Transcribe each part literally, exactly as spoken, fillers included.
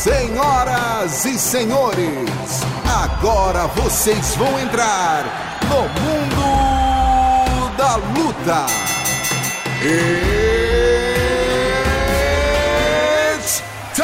Senhoras e senhores, agora vocês vão entrar no mundo da luta. It's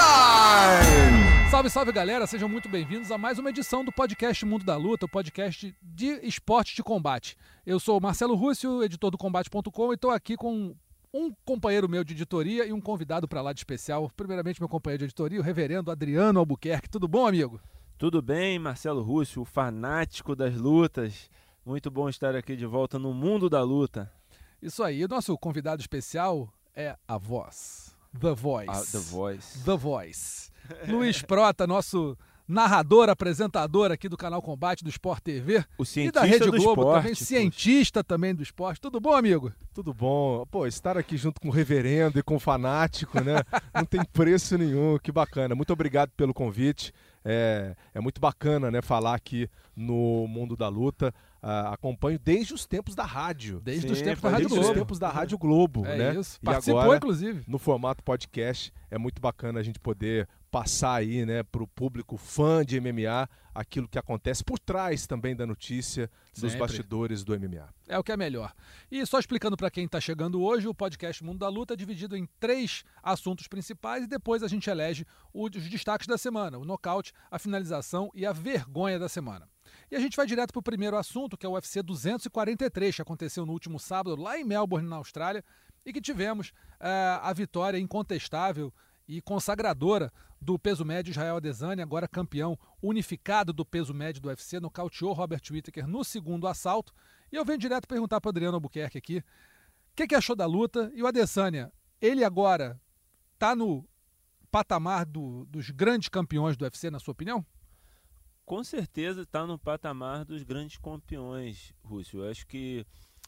time! Salve, salve galera, sejam muito bem-vindos a mais uma edição do podcast Mundo da Luta, o podcast de esporte de combate. Eu sou o Marcelo Rússio, editor do combate ponto com, e estou aqui com um companheiro meu de editoria e um convidado para lá de especial. Primeiramente, meu companheiro de editoria, o reverendo Adriano Albuquerque. Tudo bom, amigo? Tudo bem, Marcelo Rússio, o fanático das lutas. Muito bom estar aqui de volta no mundo da luta. Isso aí. O nosso convidado especial é a voz. The Voice. Ah, The Voice. The Voice. Luiz Prota, nosso narrador, apresentador aqui do canal Combate, do Sport T V. O cientista e da Rede do Globo esporte, também, poxa. cientista também do esporte. Tudo bom, amigo? Tudo bom. Pô, estar aqui junto com o reverendo e com o fanático, né? Não tem preço nenhum. Que bacana. Muito obrigado pelo convite. É, é muito bacana, né, falar aqui no Mundo da Luta. Uh, acompanho desde os tempos da rádio. Desde Sim, os tempos da desde Rádio Desde os Globo. tempos da Rádio Globo, É né? isso. E Participou, agora, inclusive. no formato podcast, é muito bacana a gente poder passar aí, né, para o público fã de M M A, aquilo que acontece por trás também da notícia, dos Sempre. bastidores do M M A. É o que é melhor. E só explicando para quem está chegando hoje, o podcast Mundo da Luta é dividido em três assuntos principais e depois a gente elege os destaques da semana, o nocaute, a finalização e a vergonha da semana. E a gente vai direto para o primeiro assunto, que é o U F C duzentos e quarenta e três, que aconteceu no último sábado lá em Melbourne, na Austrália, e que tivemos uh, a vitória incontestável e consagradora do peso médio Israel Adesanya, agora campeão unificado do peso médio do U F C, nocauteou Robert Whittaker no segundo assalto. E eu venho direto perguntar para o Adriano Albuquerque aqui, o que, que achou da luta? E o Adesanya, ele agora está no patamar do, dos grandes campeões do U F C, na sua opinião? Com certeza está no patamar dos grandes campeões, Rússio. Eu acho que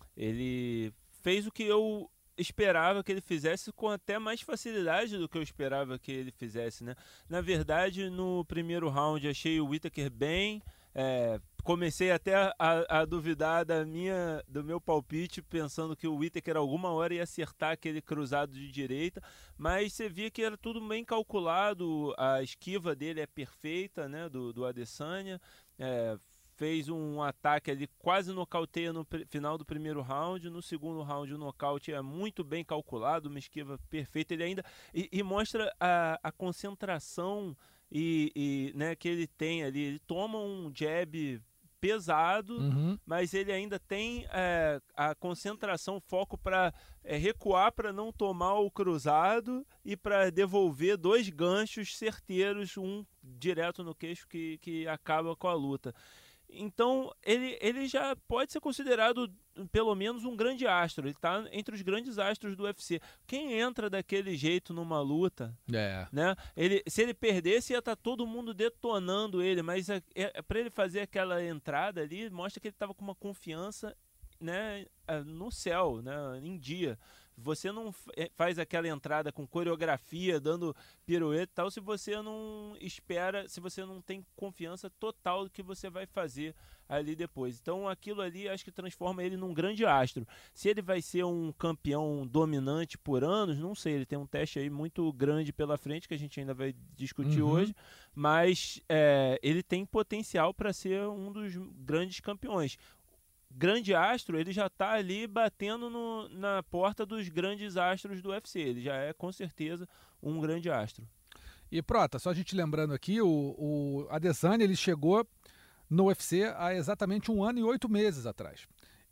ele fez o que eu esperava que ele fizesse com até mais facilidade do que eu esperava que ele fizesse, né? Na verdade, no primeiro round achei o Whittaker bem, é, comecei até a, a duvidar da minha, do meu palpite, pensando que o Whittaker alguma hora ia acertar aquele cruzado de direita, mas você via que era tudo bem calculado, a esquiva dele é perfeita, né, do, do Adesanya, é, fez um ataque ali, quase nocauteia no final do primeiro round. No segundo round o nocaute é muito bem calculado, uma esquiva perfeita. Ele ainda e, e mostra a, a concentração e, e, né, que ele tem ali. Ele toma um jab pesado, Uhum. mas ele ainda tem é, a concentração, foco para é, recuar para não tomar o cruzado e para devolver dois ganchos certeiros, um direto no queixo que, que acaba com a luta. Então, ele, ele já pode ser considerado, pelo menos, um grande astro. Ele está entre os grandes astros do U F C. Quem entra daquele jeito numa luta, É. né? Ele, se ele perdesse, ia estar todo mundo detonando ele. Mas é, é, para ele fazer aquela entrada ali, mostra que ele estava com uma confiança, né, no céu, né, em dia. Você não faz aquela entrada com coreografia, dando pirueta e tal, se você não espera, se você não tem confiança total do que você vai fazer ali depois. Então aquilo ali acho que transforma ele num grande astro. Se ele vai ser um campeão dominante por anos, não sei, ele tem um teste aí muito grande pela frente que a gente ainda vai discutir Uhum. hoje, mas é, ele tem potencial para ser um dos grandes campeões. Grande astro, ele já está ali batendo no, na porta dos grandes astros do U F C. Ele já é, com certeza, um grande astro. E Prota, só a gente lembrando aqui, o, o Adesanya ele chegou no U F C há exatamente um ano e oito meses atrás.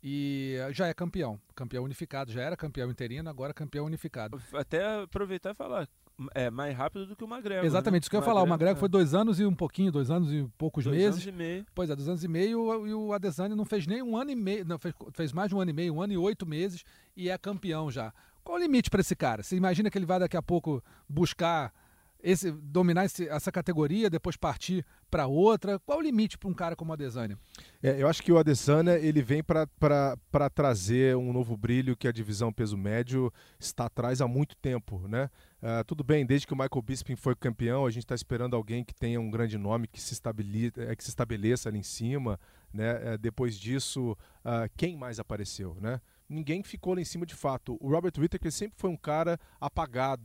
E já é campeão, campeão unificado, já era campeão interino, agora campeão unificado. Até aproveitar e falar, é mais rápido do que o McGregor. Exatamente, né? isso que eu ia falar, o McGregor é. foi dois anos e um pouquinho, dois anos e poucos dois meses. anos e meio. Pois é, dois anos e meio, e o Adesanya não fez nem um ano e meio, não, fez, fez mais de um ano e meio, um ano e oito meses, e é campeão já. Qual o limite para esse cara? Você imagina que ele vai daqui a pouco buscar esse, dominar esse, essa categoria, depois partir para outra? Qual o limite para um cara como o Adesanya? É, eu acho que o Adesanya ele vem para trazer um novo brilho que a divisão peso médio está atrás há muito tempo, né? Uh, tudo bem, desde que o Michael Bisping foi campeão, a gente está esperando alguém que tenha um grande nome, que se, estabele, que se estabeleça ali em cima, né? Uh, depois disso, uh, quem mais apareceu, né? Ninguém ficou lá em cima de fato. O Robert Whittaker sempre foi um cara apagado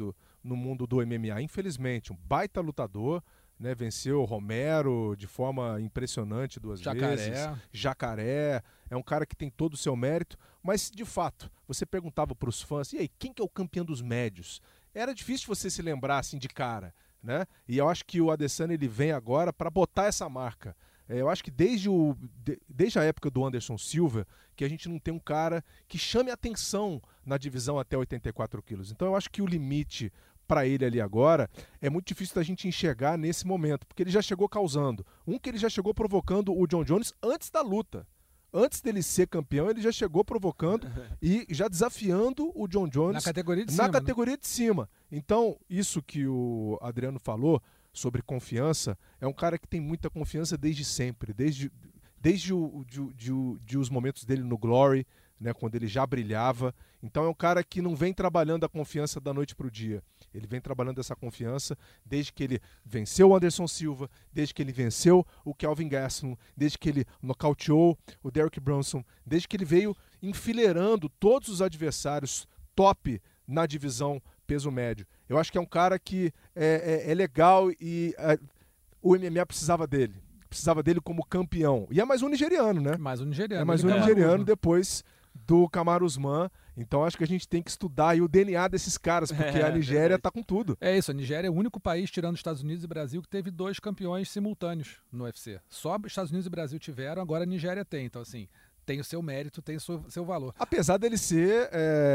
no mundo do M M A, infelizmente. Um baita lutador, né? Venceu o Romero de forma impressionante duas Jacaré. vezes. Jacaré. É um cara que tem todo o seu mérito, mas, de fato, você perguntava para os fãs, e aí, quem que é o campeão dos médios? Era difícil você se lembrar assim de cara, né? E eu acho que o Adesanya ele vem agora para botar essa marca. É, eu acho que desde, o, de, desde a época do Anderson Silva, que a gente não tem um cara que chame atenção na divisão até oitenta e quatro quilos. Então eu acho que o limite para ele ali agora é muito difícil da gente enxergar nesse momento, porque ele já chegou causando. Um que ele já chegou provocando o John Jones antes da luta. Antes dele ser campeão, ele já chegou provocando e já desafiando o John Jones na categoria de na cima. categoria né? de cima. Então, isso que o Adriano falou sobre confiança, é um cara que tem muita confiança desde sempre, desde, desde o, de, de, de os momentos dele no Glory, né, quando ele já brilhava. Então é um cara que não vem trabalhando a confiança da noite para o dia. Ele vem trabalhando essa confiança desde que ele venceu o Anderson Silva, desde que ele venceu o Kelvin Gastelum, desde que ele nocauteou o Derek Brunson, desde que ele veio enfileirando todos os adversários top na divisão peso médio. Eu acho que é um cara que é, é, é legal e é, o M M A precisava dele. Precisava dele como campeão. E é mais um nigeriano, né? Mais um nigeriano. É mais um Ele nigeriano é. depois do Kamaru Usman. Então acho que a gente tem que estudar aí o D N A desses caras, porque É, a Nigéria verdade. tá com tudo. É isso, a Nigéria é o único país, tirando os Estados Unidos e Brasil, que teve dois campeões simultâneos no U F C. Só os Estados Unidos e Brasil tiveram, agora a Nigéria tem. Então, assim, tem o seu mérito, tem o seu, seu valor. Apesar dele ser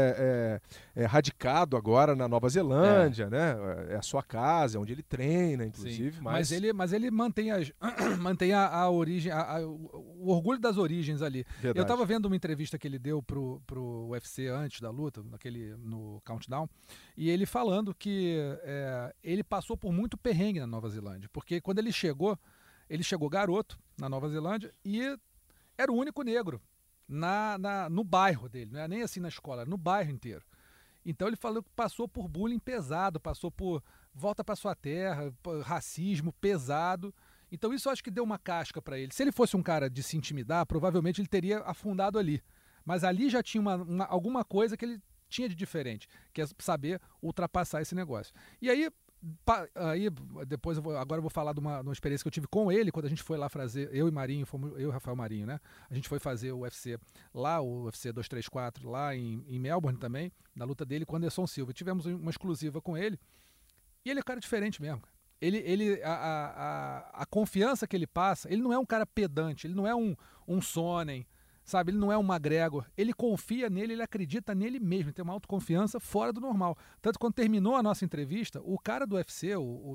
é, é, é, radicado agora na Nova Zelândia, é. né? É a sua casa, é onde ele treina, inclusive. Sim, Mas... mas ele, mas ele mantém, as, mantém a, a origem, a, a, o orgulho das origens ali. Verdade. Eu estava vendo uma entrevista que ele deu pro, pro U F C antes da luta, naquele, no Countdown, e ele falando que é, ele passou por muito perrengue na Nova Zelândia, porque quando ele chegou, ele chegou garoto na Nova Zelândia e era o único negro na, na, no bairro dele, não é nem assim na escola, no bairro inteiro. Então ele falou que passou por bullying pesado, passou por volta para sua terra, racismo pesado. Então isso eu acho que deu uma casca para ele. Se ele fosse um cara de se intimidar, provavelmente ele teria afundado ali. Mas ali já tinha uma, uma, alguma coisa que ele tinha de diferente, que é saber ultrapassar esse negócio. E aí, pa, aí depois eu vou, agora eu vou falar de uma, de uma experiência que eu tive com ele, quando a gente foi lá fazer, eu e Marinho, fomos, eu e Rafael Marinho, né? A gente foi fazer o U F C lá, o U F C duzentos e trinta e quatro, lá em, em Melbourne também, na luta dele com o Anderson Silva. Tivemos uma exclusiva com ele, e ele é um cara diferente mesmo. Ele, ele, a, a, a, a confiança que ele passa, ele não é um cara pedante, ele não é um, um Sonnen, sabe? Ele não é um McGregor, ele confia nele, ele acredita nele mesmo, ele tem uma autoconfiança fora do normal. Tanto que quando terminou a nossa entrevista, o cara do U F C, o, o,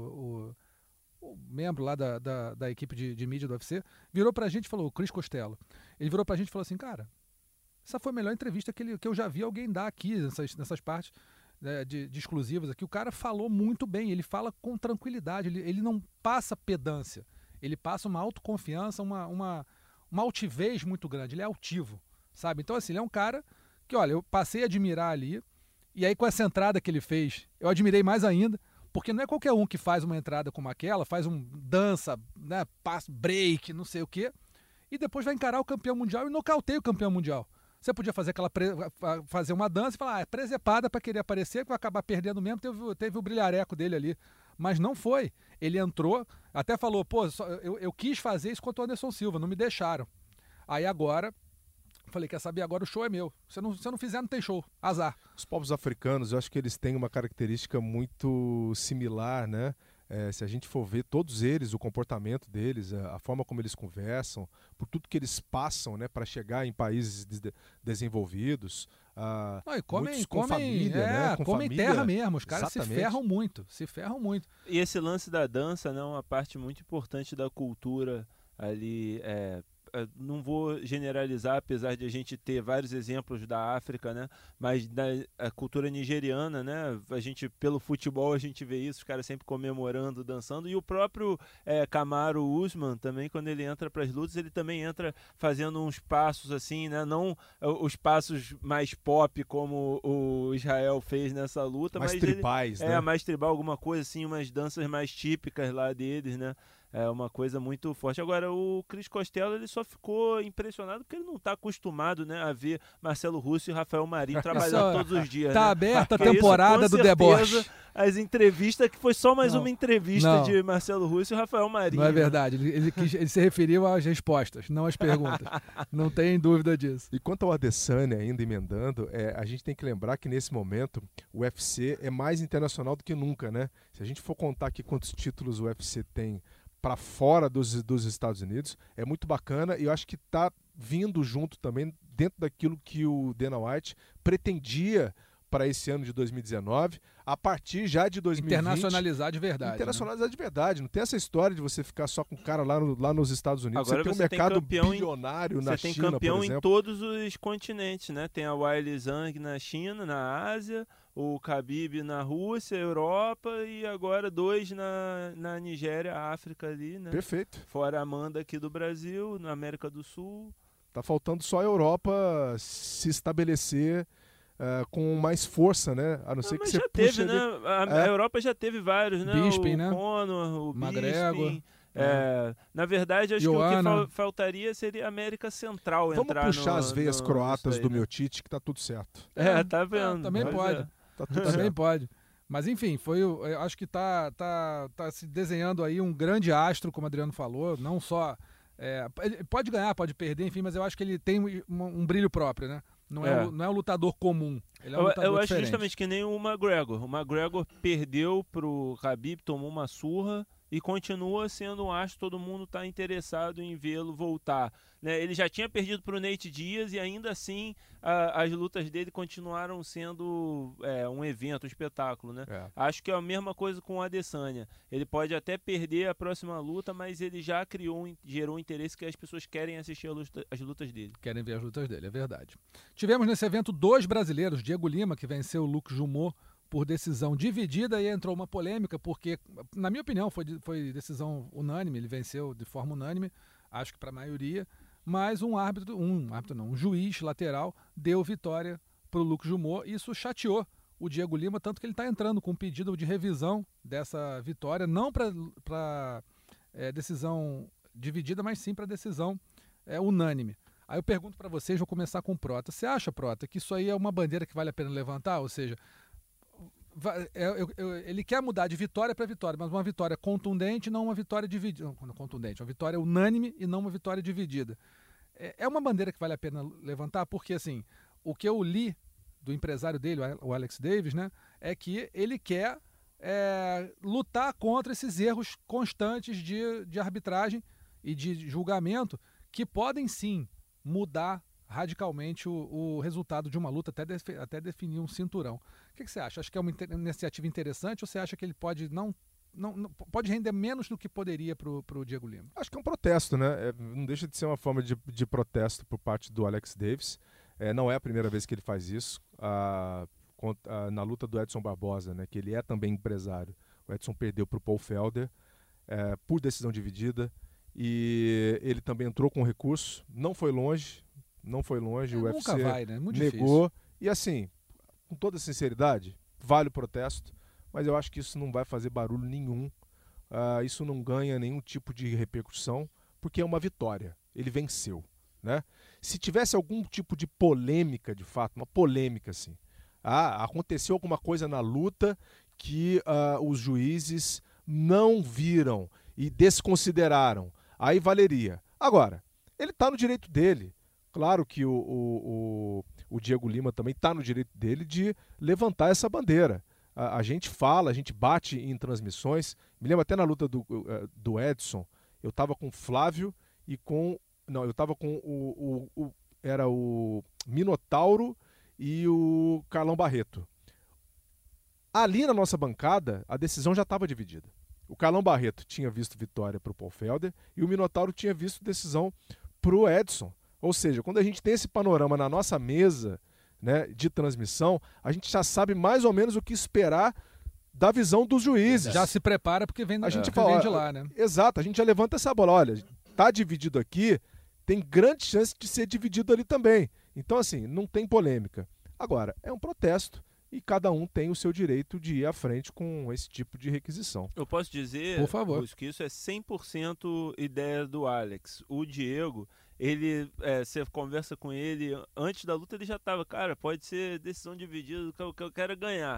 o, o, o membro lá da, da, da equipe de, de mídia do U F C, virou pra gente e falou, o Chris Costello, ele virou pra gente e falou assim, cara, essa foi a melhor entrevista que, ele, que eu já vi alguém dar aqui, nessas, nessas partes né, de, de exclusivas aqui. O cara falou muito bem, ele fala com tranquilidade, ele, ele não passa pedância, ele passa uma autoconfiança, uma... uma uma altivez muito grande, ele é altivo, sabe? Então, assim, ele é um cara que, olha, eu passei a admirar ali, e aí com essa entrada que ele fez, eu admirei mais ainda, porque não é qualquer um que faz uma entrada como aquela, faz um dança, né, passo, break, não sei o quê, e depois vai encarar o campeão mundial e nocauteia o campeão mundial. Você podia fazer aquela pre... fazer uma dança e falar, ah, é presepada para querer aparecer, que vai acabar perdendo mesmo, teve, teve o brilhareco dele ali. Mas não foi. Ele entrou, até falou, pô, eu, eu quis fazer isso contra o Anderson Silva, não me deixaram. Aí agora, falei, quer saber, agora o show é meu. Se eu não, se eu não fizer, não tem show. Azar. Os povos africanos, eu acho que eles têm uma característica muito similar, né? É, se a gente for ver todos eles, o comportamento deles, a, a forma como eles conversam, por tudo que eles passam, né, para chegar em países de, desenvolvidos, ah, Não, e comem, muitos com comem, família, é, né, com comem família, terra mesmo, os caras exatamente. se ferram muito, se ferram muito. E esse lance da dança, né, é uma parte muito importante da cultura ali, é, não vou generalizar, apesar de a gente ter vários exemplos da África, né? Mas da a cultura nigeriana, né? A gente, pelo futebol, a gente vê isso, os caras sempre comemorando, dançando. E o próprio é, Kamaru Usman também, quando ele entra para as lutas, ele também entra fazendo uns passos assim, né? Não os passos mais pop como o Israel fez nessa luta, mais mas tribais, ele, né? É, mais tribal, alguma coisa assim, umas danças mais típicas lá deles, né? É uma coisa muito forte. Agora, o Chris Costello, ele só ficou impressionado porque ele não está acostumado, né, a ver Marcelo Russo e Rafael Marinho trabalhar todos os dias. Tá né? aberta a Porque temporada isso, do certeza, deboche. as entrevistas, que foi só mais Não. uma entrevista Não. de Marcelo Russo e Rafael Marinho. Não é verdade. Ele, ele, quis- ele se referiu às respostas, não às perguntas. Não tem dúvida disso. E quanto ao Adesanya, ainda emendando, é, a gente tem que lembrar que nesse momento o U F C é mais internacional do que nunca, né? Se a gente for contar aqui quantos títulos o U F C tem para fora dos, dos Estados Unidos, é muito bacana e eu acho que está vindo junto também dentro daquilo que o Dana White pretendia para esse ano de dois mil e dezenove, a partir já de dois mil e vinte. Internacionalizar de verdade. Internacionalizar de verdade. Não tem essa história de você ficar só com o cara lá, no, lá nos Estados Unidos. Agora você tem um você tem mercado campeão em- bilionário na Você tem China, campeão por em exemplo. todos os continentes, né? Tem a Weili Zhang na China, na Ásia, o Khabib na Rússia, Europa e agora dois na, na Nigéria, África ali, né? Perfeito. Fora a Amanda aqui do Brasil, na América do Sul. Tá faltando só a Europa se estabelecer uh, com mais força, né? A não ser Ah, que mas você já puxe teve, ali- né? A, a É. Europa já teve vários, né? Bisping, o né? Conor, o McGregor. Bisping. É, na verdade, acho que o que Joanna. fal- faltaria seria a América Central Vamos entrar puxar no, as veias no- croatas nisso aí, do né? Miocic, que tá tudo certo. É, tá vendo. Ah, também Pois pode. é. Tá tudo Também certo. pode. Mas enfim, foi o- eu acho que tá, tá, tá se desenhando aí um grande astro, como o Adriano falou, não só. É, ele pode ganhar, pode perder, enfim, mas eu acho que ele tem um, um brilho próprio, né? Não é, É. um- não é um lutador comum. Ele é um Eu, lutador eu acho diferente. justamente que nem o McGregor. O McGregor perdeu pro Khabib, tomou uma surra e continua sendo um astro, todo mundo está interessado em vê-lo voltar. Né? Ele já tinha perdido pro Nate Diaz e ainda assim a- as lutas dele continuaram sendo é, um evento, um espetáculo. Né? É. Acho que é a mesma coisa com o Adesanya. Ele pode até perder a próxima luta, mas ele já criou, um- gerou um interesse que as pessoas querem assistir a luta- as lutas dele. Querem ver as lutas dele, é verdade. Tivemos nesse evento dois brasileiros, Diego Lima, que venceu o Luke Jumô por decisão dividida, e entrou uma polêmica, porque, na minha opinião, foi, de- foi decisão unânime, ele venceu de forma unânime, acho que para a maioria, mas um árbitro, um árbitro não, um juiz lateral deu vitória para o Luke Jumô, e isso chateou o Diego Lima, tanto que ele está entrando com um pedido de revisão dessa vitória, não para é, decisão dividida, mas sim para decisão é, unânime. Aí eu pergunto para vocês, vou começar com o Prota. Você acha, Prota, que isso aí é uma bandeira que vale a pena levantar? Ou seja, va- é- eu- eu- ele quer mudar de vitória para vitória, mas uma vitória contundente, não uma vitória dividida. Não, não contundente, uma vitória unânime e não uma vitória dividida. É, é uma bandeira que vale a pena levantar, porque assim, o que eu li do empresário dele, o Alex Davis, né, é que ele quer é, lutar contra esses erros constantes de, de arbitragem e de julgamento que podem sim mudar radicalmente o, o resultado de uma luta, até, defi- até definir um cinturão. O que, que você acha? Acha que é uma inte- iniciativa interessante ou você acha que ele pode não, não, não- pode render menos do que poderia para o Diego Lima? Acho que é um protesto, né? É, não deixa de ser uma forma de, de protesto por parte do Alex Davis. É, não é a primeira vez que ele faz isso. Ah, cont- ah, na luta do Edson Barbosa, né, que ele é também empresário, o Edson perdeu para o Paul Felder é, por decisão dividida e ele também entrou com recurso. Não foi longe, não foi longe. É, o nunca U F C vai, né? Muito negou. E assim, com toda sinceridade, vale o protesto, mas eu acho que isso não vai fazer barulho nenhum. Ah, isso não ganha nenhum tipo de repercussão, porque é uma vitória. Ele venceu, né? Se tivesse algum tipo de polêmica, de fato, uma polêmica assim, ah, aconteceu alguma coisa na luta que ah, os juízes não viram e desconsideraram, aí valeria. Agora, ele está no direito dele. Claro que o, o, o, o Diego Lima também está no direito dele de levantar essa bandeira. A, a gente fala, a gente bate em transmissões. Me lembro até na luta do, do Edson, eu estava com o Flávio e com... Não, eu estava com o, o, o... Era o Minotauro e o Carlão Barreto. Ali na nossa bancada, a decisão já estava dividida. O Carlão Barreto tinha visto vitória para o Paul Felder e o Minotauro tinha visto decisão para o Edson. Ou seja, quando a gente tem esse panorama na nossa mesa, né, de transmissão, a gente já sabe mais ou menos o que esperar da visão dos juízes. Já se prepara porque vem, A gente porque fala, vem de ó, lá, né? Exato, a gente já levanta essa bola. Olha, tá dividido aqui, tem grande chance de ser dividido ali também. Então, assim, não tem polêmica. Agora, é um protesto e cada um tem o seu direito de ir à frente com esse tipo de requisição. Eu posso dizer, Por favor. Lúcio, que isso é cem por cento ideia do Alex. O Diego, ele, é, você conversa com ele, antes da luta ele já estava, cara, pode ser decisão dividida, que eu, que eu quero ganhar.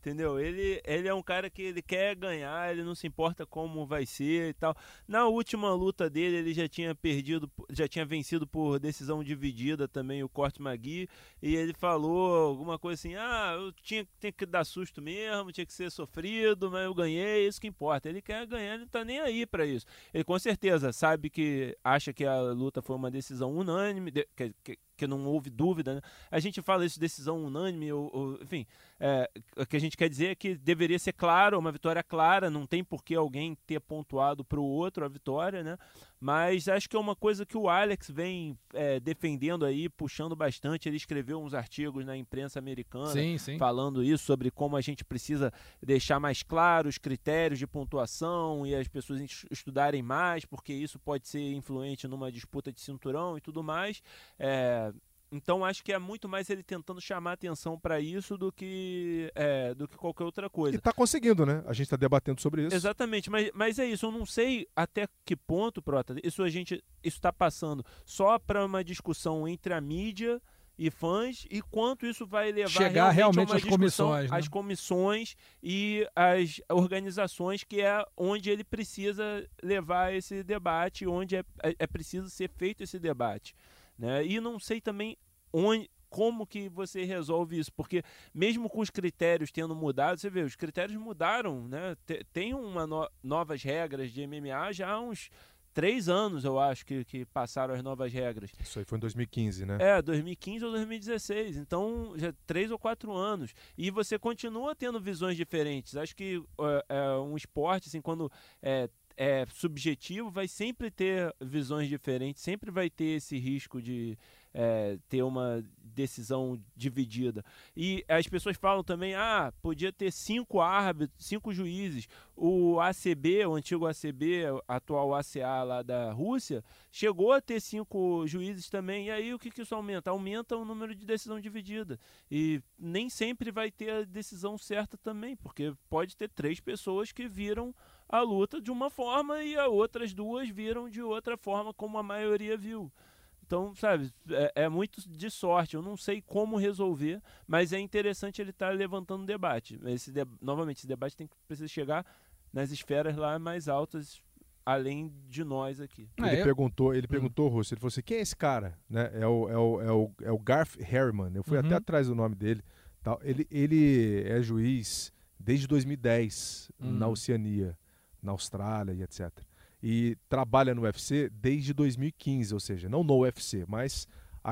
entendeu? Ele, ele é um cara que ele quer ganhar, ele não se importa como vai ser e tal. Na última luta dele, ele já tinha perdido, já tinha vencido por decisão dividida também o Corte Magui, e ele falou alguma coisa assim, ah, eu tinha, tinha que dar susto mesmo, tinha que ser sofrido, mas eu ganhei, isso que importa. Ele quer ganhar, ele não tá nem aí pra isso. Ele com certeza sabe que, acha que a luta foi uma decisão unânime, de, que, que, que não houve dúvida, né? A gente fala isso, decisão unânime, ou, ou, enfim, é, o que a gente quer dizer é que deveria ser claro, uma vitória clara, não tem por que alguém ter pontuado para o outro a vitória, né? Mas acho que é uma coisa que o Alex vem é, defendendo aí, puxando bastante. Ele escreveu uns artigos na imprensa americana sim, sim. falando isso, sobre como a gente precisa deixar mais claro os critérios de pontuação e as pessoas estudarem mais, porque isso pode ser influente numa disputa de cinturão e tudo mais. É, então acho que é muito mais ele tentando chamar atenção para isso do que, é, do que qualquer outra coisa. E tá conseguindo, né? A gente tá debatendo sobre isso. Exatamente, mas, mas é isso, eu não sei até que ponto, Prota, isso a gente isso tá passando só para uma discussão entre a mídia e fãs, e quanto isso vai levar chegar realmente, realmente às comissões, né? às comissões e às organizações, que é onde ele precisa levar esse debate, onde é, é preciso ser feito esse debate. Né? E não sei também onde, como que você resolve isso, porque mesmo com os critérios tendo mudado, você vê, os critérios mudaram, né? Tem uma no, novas regras de M M A já há uns três anos, eu acho, que, que passaram as novas regras. Isso aí foi em dois mil e quinze, né? É, dois mil e quinze ou dois mil e dezesseis, então já três ou quatro anos. E você continua tendo visões diferentes. Acho que é, é um esporte, assim, quando é, é subjetivo, vai sempre ter visões diferentes, sempre vai ter esse risco de é, ter uma decisão dividida. E as pessoas falam também, ah, podia ter cinco árbitros, cinco juízes. O A C B, o antigo A C B, atual A C A lá da Rússia, chegou a ter cinco juízes também. E aí o que, que isso aumenta? Aumenta o número de decisão dividida. E nem sempre vai ter a decisão certa também, porque pode ter três pessoas que viram a luta de uma forma e as outras duas viram de outra forma, como a maioria viu. Então, sabe, é, é muito de sorte. Eu não sei como resolver, mas é interessante ele estar tá levantando debate. Esse de... Novamente, esse debate tem que precisar chegar nas esferas lá mais altas, além de nós aqui. Ele é, eu... perguntou, ele perguntou, Russo, ele falou assim, quem é esse cara? Né? É, o, é, o, é, o, é o Garth Harriman, eu fui uhum. até atrás do nome dele. Tal. Ele, ele é juiz desde dois mil e dez uhum. na Oceania, na Austrália e etcétera. E trabalha no U F C desde dois mil e quinze, ou seja, não no U F C, mas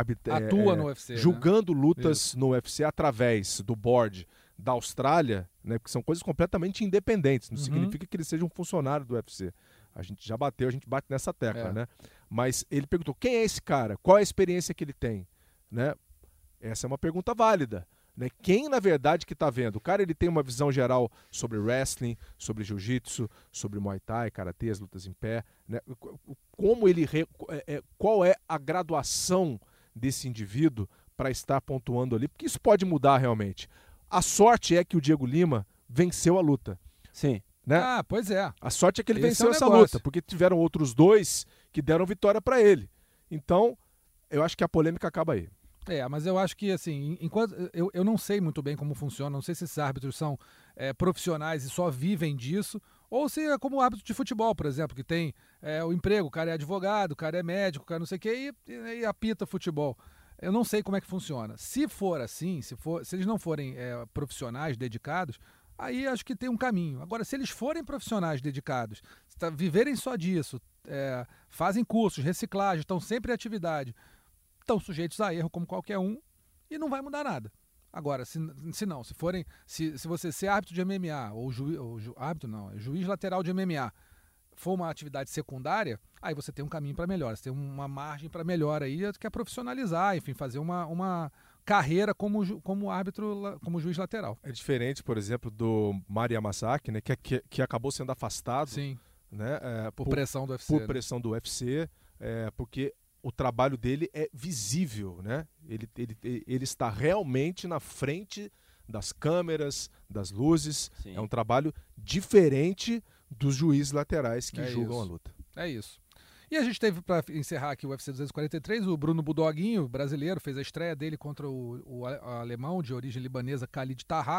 atua é, no U F C, julgando né? lutas Isso. no U F C através do board da Austrália, né, porque são coisas completamente independentes, não uhum. significa que ele seja um funcionário do U F C. A gente já bateu, a gente bate nessa tecla, é. né? Mas ele perguntou, quem é esse cara? Qual é a experiência que ele tem? Né? Essa é uma pergunta válida. Né? Quem, na verdade, que está vendo? O cara ele tem uma visão geral sobre wrestling, sobre jiu-jitsu, sobre muay thai, karatê, as lutas em pé. Né? Como ele re... é, qual é a graduação desse indivíduo para estar pontuando ali? Porque isso pode mudar realmente. A sorte é que o Diego Lima venceu a luta. Sim. Né? Ah, pois é. A sorte é que ele Esse venceu é um essa negócio. luta, porque tiveram outros dois que deram vitória para ele. Então, eu acho que a polêmica acaba aí. É, mas eu acho que, assim, enquanto eu, eu não sei muito bem como funciona, não sei se esses árbitros são é, profissionais e só vivem disso, ou se é como o árbitro de futebol, por exemplo, que tem é, o emprego, o cara é advogado, o cara é médico, o cara não sei o quê, e, e, e apita futebol. Eu não sei como é que funciona. Se for assim, se, for, se eles não forem é, profissionais dedicados, aí acho que tem um caminho. Agora, se eles forem profissionais dedicados, tá, viverem só disso, é, fazem cursos, reciclagem, estão sempre em atividade, estão sujeitos a erro como qualquer um e não vai mudar nada. Agora, se, se não, se forem, se, se você ser árbitro de M M A, ou, ju, ou ju, árbitro não, é juiz lateral de M M A, for uma atividade secundária, aí você tem um caminho para melhora, você tem uma margem para melhora aí, que é profissionalizar, enfim, fazer uma, uma carreira como, como árbitro, como juiz lateral. É diferente, por exemplo, do Mari Yamasaki, né, que, que, que acabou sendo afastado. Sim. Né, é, por, por pressão do U F C. Por né? pressão do U F C, é, porque o trabalho dele é visível, né? Ele, ele, ele está realmente na frente das câmeras, das luzes. Sim. É um trabalho diferente dos juízes laterais que é julgam isso. a luta. É isso. E a gente teve, para encerrar aqui o U F C duzentos e quarenta e três, o Bruno Budoguinho, brasileiro, fez a estreia dele contra o, o alemão de origem libanesa Khalid Taha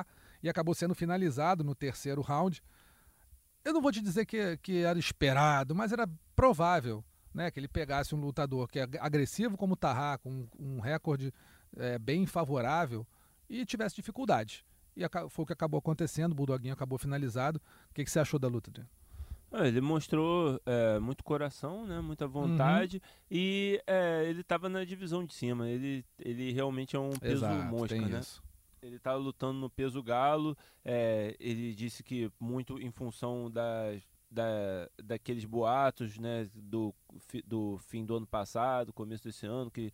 e acabou sendo finalizado no terceiro round. Eu não vou te dizer que, que era esperado, mas era provável, né, que ele pegasse um lutador que é agressivo como o Taha, com um recorde é, bem favorável, e tivesse dificuldade. E foi o que acabou acontecendo, o Bulldoguinho acabou finalizado. O que, que você achou da luta, Adriano? Ah, ele mostrou é, muito coração, né, muita vontade, uhum. e é, ele estava na divisão de cima. Ele, ele realmente é um peso Exato, mosca, né? Isso. Ele estava lutando no peso galo. É, ele disse que muito em função das, da, daqueles boatos, né, do, do fim do ano passado, começo desse ano, que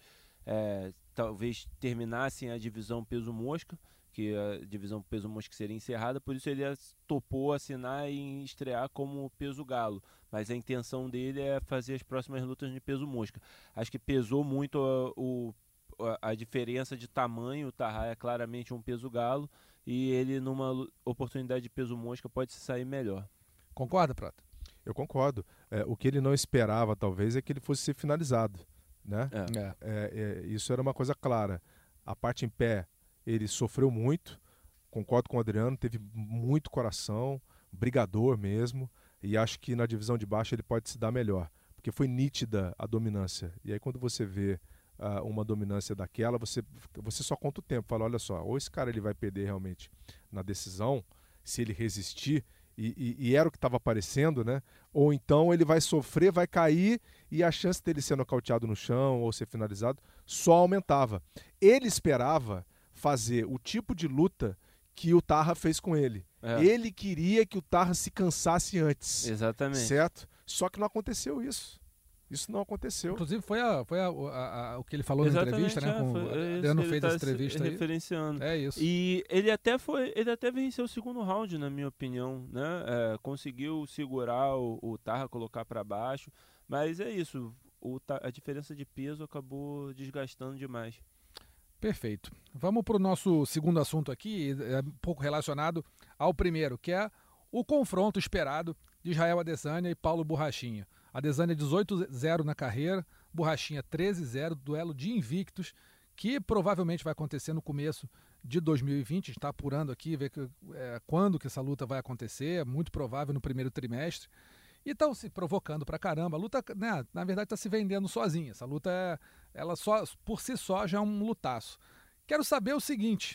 é, talvez terminassem a divisão peso mosca, que a divisão peso mosca seria encerrada, por isso ele topou assinar e estrear como peso galo, mas a intenção dele é fazer as próximas lutas de peso mosca. Acho que pesou muito a, o, a, a diferença de tamanho. O Taha é claramente um peso galo, e ele numa oportunidade de peso mosca pode se sair melhor. Concorda, Prata? Eu concordo. É, o que ele não esperava talvez é que ele fosse ser finalizado, né? É. É, é, isso era uma coisa clara. A parte em pé ele sofreu muito, concordo com o Adriano, teve muito coração, brigador mesmo, e acho que na divisão de baixo ele pode se dar melhor, porque foi nítida a dominância. E aí quando você vê uh, uma dominância daquela, você, você só conta o tempo, fala, olha só, ou esse cara ele vai perder realmente na decisão, se ele resistir, e, e, e era o que estava aparecendo, né? Ou então ele vai sofrer, vai cair, e a chance dele ser nocauteado no chão ou ser finalizado só aumentava. Ele esperava fazer o tipo de luta que o Taha fez com ele. É. Ele queria que o Taha se cansasse antes. Exatamente. Certo? Só que não aconteceu isso. Isso não aconteceu. Inclusive foi, a, foi a, a, a, o que ele falou Exatamente, na entrevista, né? É, com, foi, é ele não ele fez tá essa entrevista aí. Referenciando. É isso. E ele até, foi, ele até venceu o segundo round, na minha opinião, né? É, conseguiu segurar o, o Taha, colocar para baixo. Mas é isso. O, a diferença de peso acabou desgastando demais. Perfeito. Vamos para o nosso segundo assunto aqui, é um pouco relacionado ao primeiro, que é o confronto esperado de Israel Adesanya e Paulo Borrachinha. Adesanya dezoito a zero na carreira, Borrachinha treze a zero, duelo de invictos, que provavelmente vai acontecer no começo de dois mil e vinte. A gente está apurando aqui, ver que, é, quando que essa luta vai acontecer, é muito provável no primeiro trimestre. E estão se provocando pra caramba. A luta, né, na verdade, está se vendendo sozinha. Essa luta, é, ela só, por si só, já é um lutaço. Quero saber o seguinte,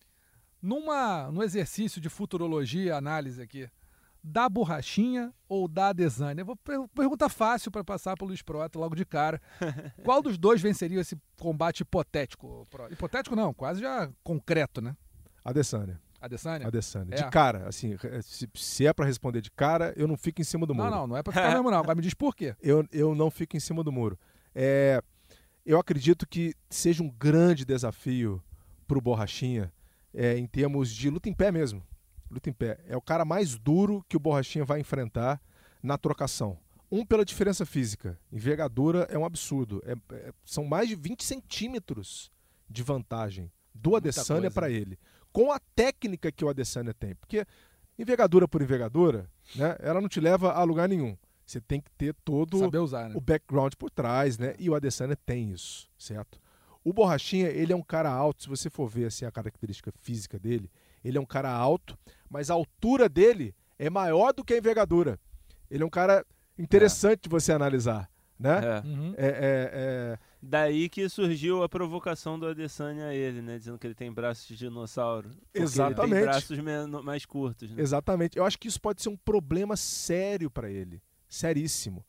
numa, no exercício de futurologia, análise aqui, da Borrachinha ou da Adesanya? Vou per pergunta fácil para passar para o Luiz Prota logo de cara. Qual dos dois venceria esse combate hipotético? Hipotético não, quase já concreto, né? Adesanya. Adesanya? Adesanya. É. De cara, assim, se, se é para responder de cara, eu não fico em cima do muro. Não, não, não é para ficar mesmo não. Agora me diz por quê. Eu, eu não fico em cima do muro. É, eu acredito que seja um grande desafio para o Borrachinha, é, em termos de luta em pé mesmo. Luta em pé. É o cara mais duro que o Borrachinha vai enfrentar na trocação. Um, pela diferença física. Envergadura é um absurdo. É, é, são mais de vinte centímetros de vantagem do Adesanya para ele. Com a técnica que o Adesanya tem. Porque envergadura por envergadura, né, ela não te leva a lugar nenhum. Você tem que ter todo Saber usar, né? o background por trás, né? E o Adesanya tem isso, certo? O Borrachinha, ele é um cara alto. Se você for ver assim, a característica física dele, ele é um cara alto, mas a altura dele é maior do que a envergadura. Ele é um cara interessante é. de você analisar, né? É. Uhum. É, é, é... Daí que surgiu a provocação do Adesanya a ele, né? Dizendo que ele tem braços de dinossauro. Exatamente. Ele tem braços mais curtos. Né? Exatamente. Eu acho que isso pode ser um problema sério para ele. Seríssimo.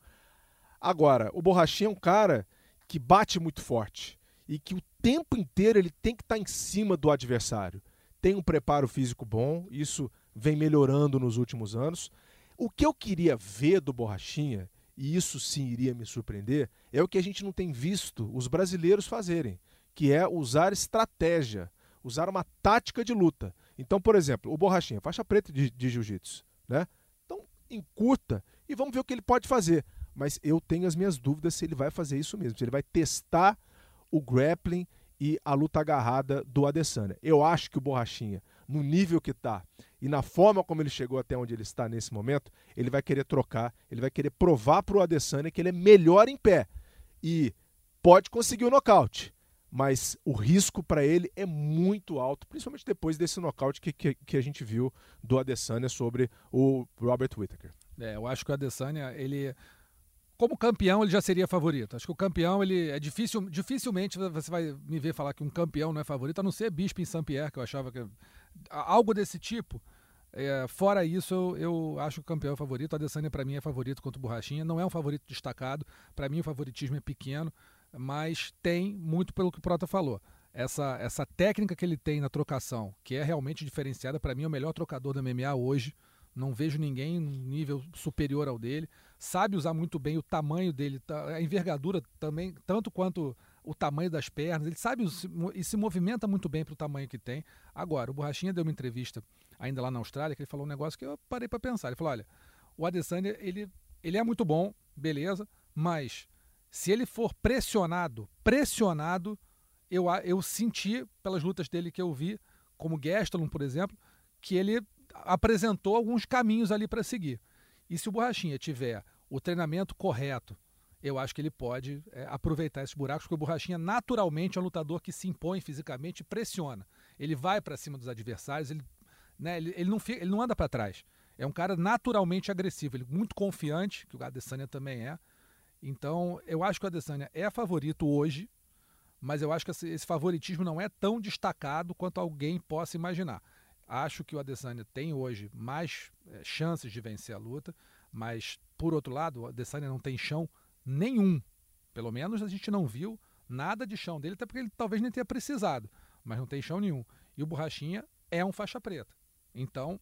Agora, o Borrachinha é um cara que bate muito forte e que o tempo inteiro ele tem que estar em cima do adversário. Tem um preparo físico bom, isso vem melhorando nos últimos anos. O que eu queria ver do Borrachinha, e isso sim iria me surpreender, é o que a gente não tem visto os brasileiros fazerem, que é usar estratégia, usar uma tática de luta. Então, por exemplo, o Borrachinha, faixa preta de, de jiu-jitsu, né? Então, encurta e vamos ver o que ele pode fazer. Mas eu tenho as minhas dúvidas se ele vai fazer isso mesmo, se ele vai testar o grappling e a luta agarrada do Adesanya. Eu acho que o Borrachinha, no nível que está e na forma como ele chegou até onde ele está nesse momento, ele vai querer trocar, ele vai querer provar para o Adesanya que ele é melhor em pé e pode conseguir o nocaute, mas o risco para ele é muito alto, principalmente depois desse nocaute que, que, que a gente viu do Adesanya sobre o Robert Whittaker. É, eu acho que o Adesanya, ele, como campeão, ele já seria favorito. Acho que o campeão, ele é difícil, dificilmente você vai me ver falar que um campeão não é favorito, a não ser Bisping e Saint-Pierre, que eu achava que algo desse tipo. É, fora isso, eu, eu acho que o campeão é favorito. O Adesanya, para mim, é favorito contra o Borrachinha. Não é um favorito destacado. Para mim, o favoritismo é pequeno, mas tem muito pelo que o Prota falou. Essa, essa técnica que ele tem na trocação, que é realmente diferenciada, para mim, é o melhor trocador da M M A hoje. Não vejo ninguém num nível superior ao dele. Sabe usar muito bem o tamanho dele, a envergadura também, tanto quanto o tamanho das pernas. Ele sabe e se movimenta muito bem para o tamanho que tem. Agora, o Borrachinha deu uma entrevista ainda lá na Austrália, que ele falou um negócio que eu parei para pensar. Ele falou, olha, o Adesanya, ele, ele é muito bom, beleza, mas se ele for pressionado, pressionado, eu, eu senti pelas lutas dele que eu vi, como Gastelum, por exemplo, que ele apresentou alguns caminhos ali para seguir. E se o Borrachinha tiver o treinamento correto, eu acho que ele pode é, aproveitar esses buracos, porque o Borrachinha naturalmente é um lutador que se impõe fisicamente e pressiona. Ele vai para cima dos adversários, ele, né, ele, ele, não, fica, ele não anda para trás. É um cara naturalmente agressivo, ele muito confiante, que o Adesanya também é. Então, eu acho que o Adesanya é favorito hoje, mas eu acho que esse, esse favoritismo não é tão destacado quanto alguém possa imaginar. Acho que o Adesanya tem hoje mais é, chances de vencer a luta, mas, por outro lado, o Adesanya não tem chão nenhum. Pelo menos a gente não viu nada de chão dele, até porque ele talvez nem tenha precisado, mas não tem chão nenhum. E o Borrachinha é um faixa preta. Então,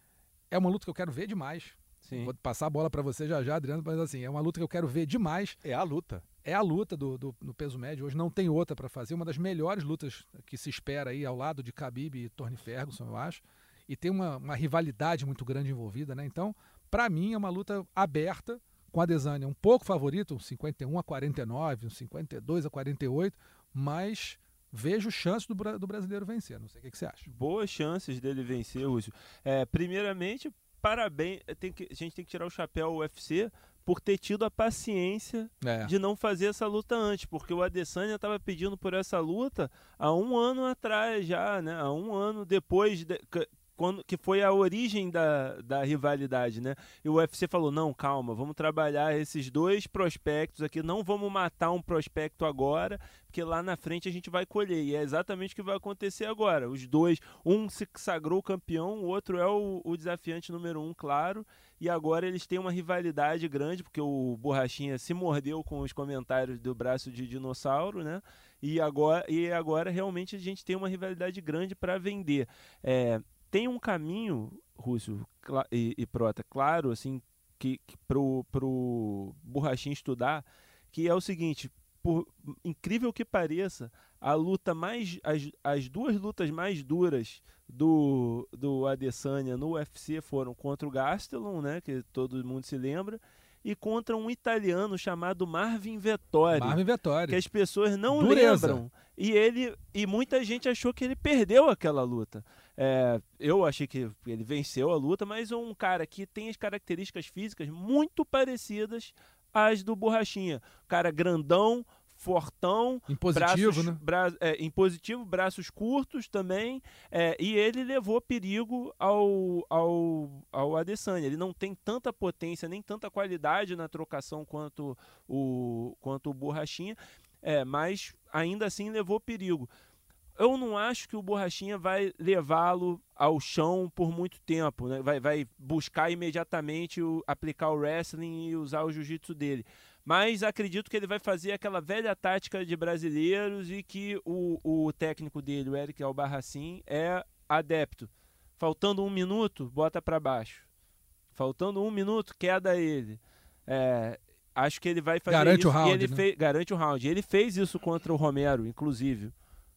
é uma luta que eu quero ver demais. Sim. Vou passar a bola para você já já, Adriano, mas assim, é uma luta que eu quero ver demais. É a luta. É a luta do, do, no peso médio. Hoje não tem outra para fazer. Uma das melhores lutas que se espera aí ao lado de Khabib e Tony Ferguson, eu acho. E tem uma, uma rivalidade muito grande envolvida, né? Então, para mim, é uma luta aberta, com a Adesanya um pouco favorito, um cinquenta e um a quarenta e nove, um cinquenta e dois a quarenta e oito, mas vejo chance do, do brasileiro vencer. Não sei o que, que você acha. Boas chances dele vencer, Rússio. É, primeiramente, parabéns. Tem que, a gente tem que tirar o chapéu ao U F C por ter tido a paciência é. de não fazer essa luta antes, porque o Adesanya estava pedindo por essa luta há um ano atrás já, né? Há um ano depois, de, quando, que foi a origem da, da rivalidade, né? E o U F C falou, não, calma, vamos trabalhar esses dois prospectos aqui, não vamos matar um prospecto agora, porque lá na frente a gente vai colher, e é exatamente o que vai acontecer agora. Os dois, um se sagrou campeão, o outro é o, o desafiante número um, claro, e agora eles têm uma rivalidade grande, porque o Borrachinha se mordeu com os comentários do braço de dinossauro, né? E agora, e agora realmente a gente tem uma rivalidade grande para vender. É, tem um caminho, Rússio e, e Prota, claro, assim, que, que pro, pro Borrachinha estudar, que é o seguinte, por incrível que pareça, a luta mais, as, as duas lutas mais duras do, do Adesanya no U F C foram contra o Gastelum, né, que todo mundo se lembra, e contra um italiano chamado Marvin Vettori. Marvin Vettori. Que as pessoas não Dureza. lembram. E, ele, e muita gente achou que ele perdeu aquela luta. É, eu achei que ele venceu a luta, mas um cara que tem as características físicas muito parecidas às do Borrachinha. Cara grandão, fortão, impositivo, braços, né? Bra é, impositivo, braços curtos também, é, e ele levou perigo ao, ao, ao Adesanya. Ele não tem tanta potência, nem tanta qualidade na trocação quanto o, quanto o Borrachinha, é, mas ainda assim levou perigo. Eu não acho que o Borrachinha vai levá-lo ao chão por muito tempo, né? vai, vai buscar imediatamente o, aplicar o wrestling e usar o jiu-jitsu dele. Mas acredito que ele vai fazer aquela velha tática de brasileiros e que o, o técnico dele, o Eric Albarracin, é adepto. Faltando um minuto, bota para baixo. Faltando um minuto, queda ele. É, acho que ele vai fazer garante isso. O round, e ele né? fez, garante o round. Ele fez isso contra o Romero, inclusive.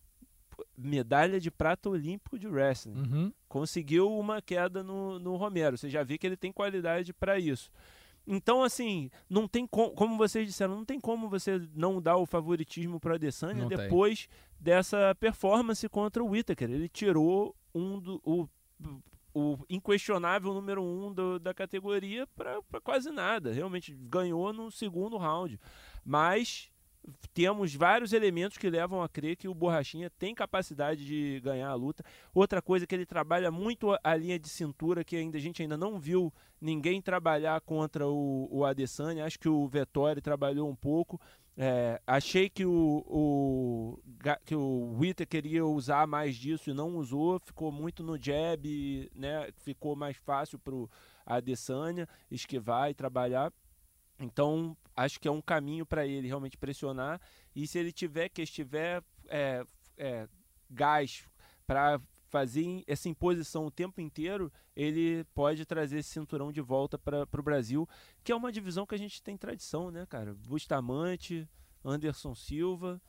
Medalha de prata olímpico de wrestling. Uhum. Conseguiu uma queda no, no Romero. Você já viu que ele tem qualidade para isso. Então, assim, não tem como, como vocês disseram, não tem como você não dar o favoritismo para o Adesanya Não depois tem. dessa performance contra o Whittaker. Ele tirou um do, o, o inquestionável número um do, da categoria para quase nada. Realmente ganhou no segundo round. Mas temos vários elementos que levam a crer que o Borrachinha tem capacidade de ganhar a luta. Outra coisa que ele trabalha muito a linha de cintura, que ainda, a gente ainda não viu ninguém trabalhar contra o, o Adesanya. Acho que o Vettori trabalhou um pouco. É, achei que o, o, que o Whittaker queria usar mais disso e não usou. Ficou muito no jab, né? Ficou mais fácil para o Adesanya esquivar e trabalhar. Então, acho que é um caminho para ele realmente pressionar. E se ele tiver que estiver é, é, gás para fazer essa imposição o tempo inteiro, ele pode trazer esse cinturão de volta para o Brasil, que é uma divisão que a gente tem tradição, né, cara? Bustamante, Anderson Silva,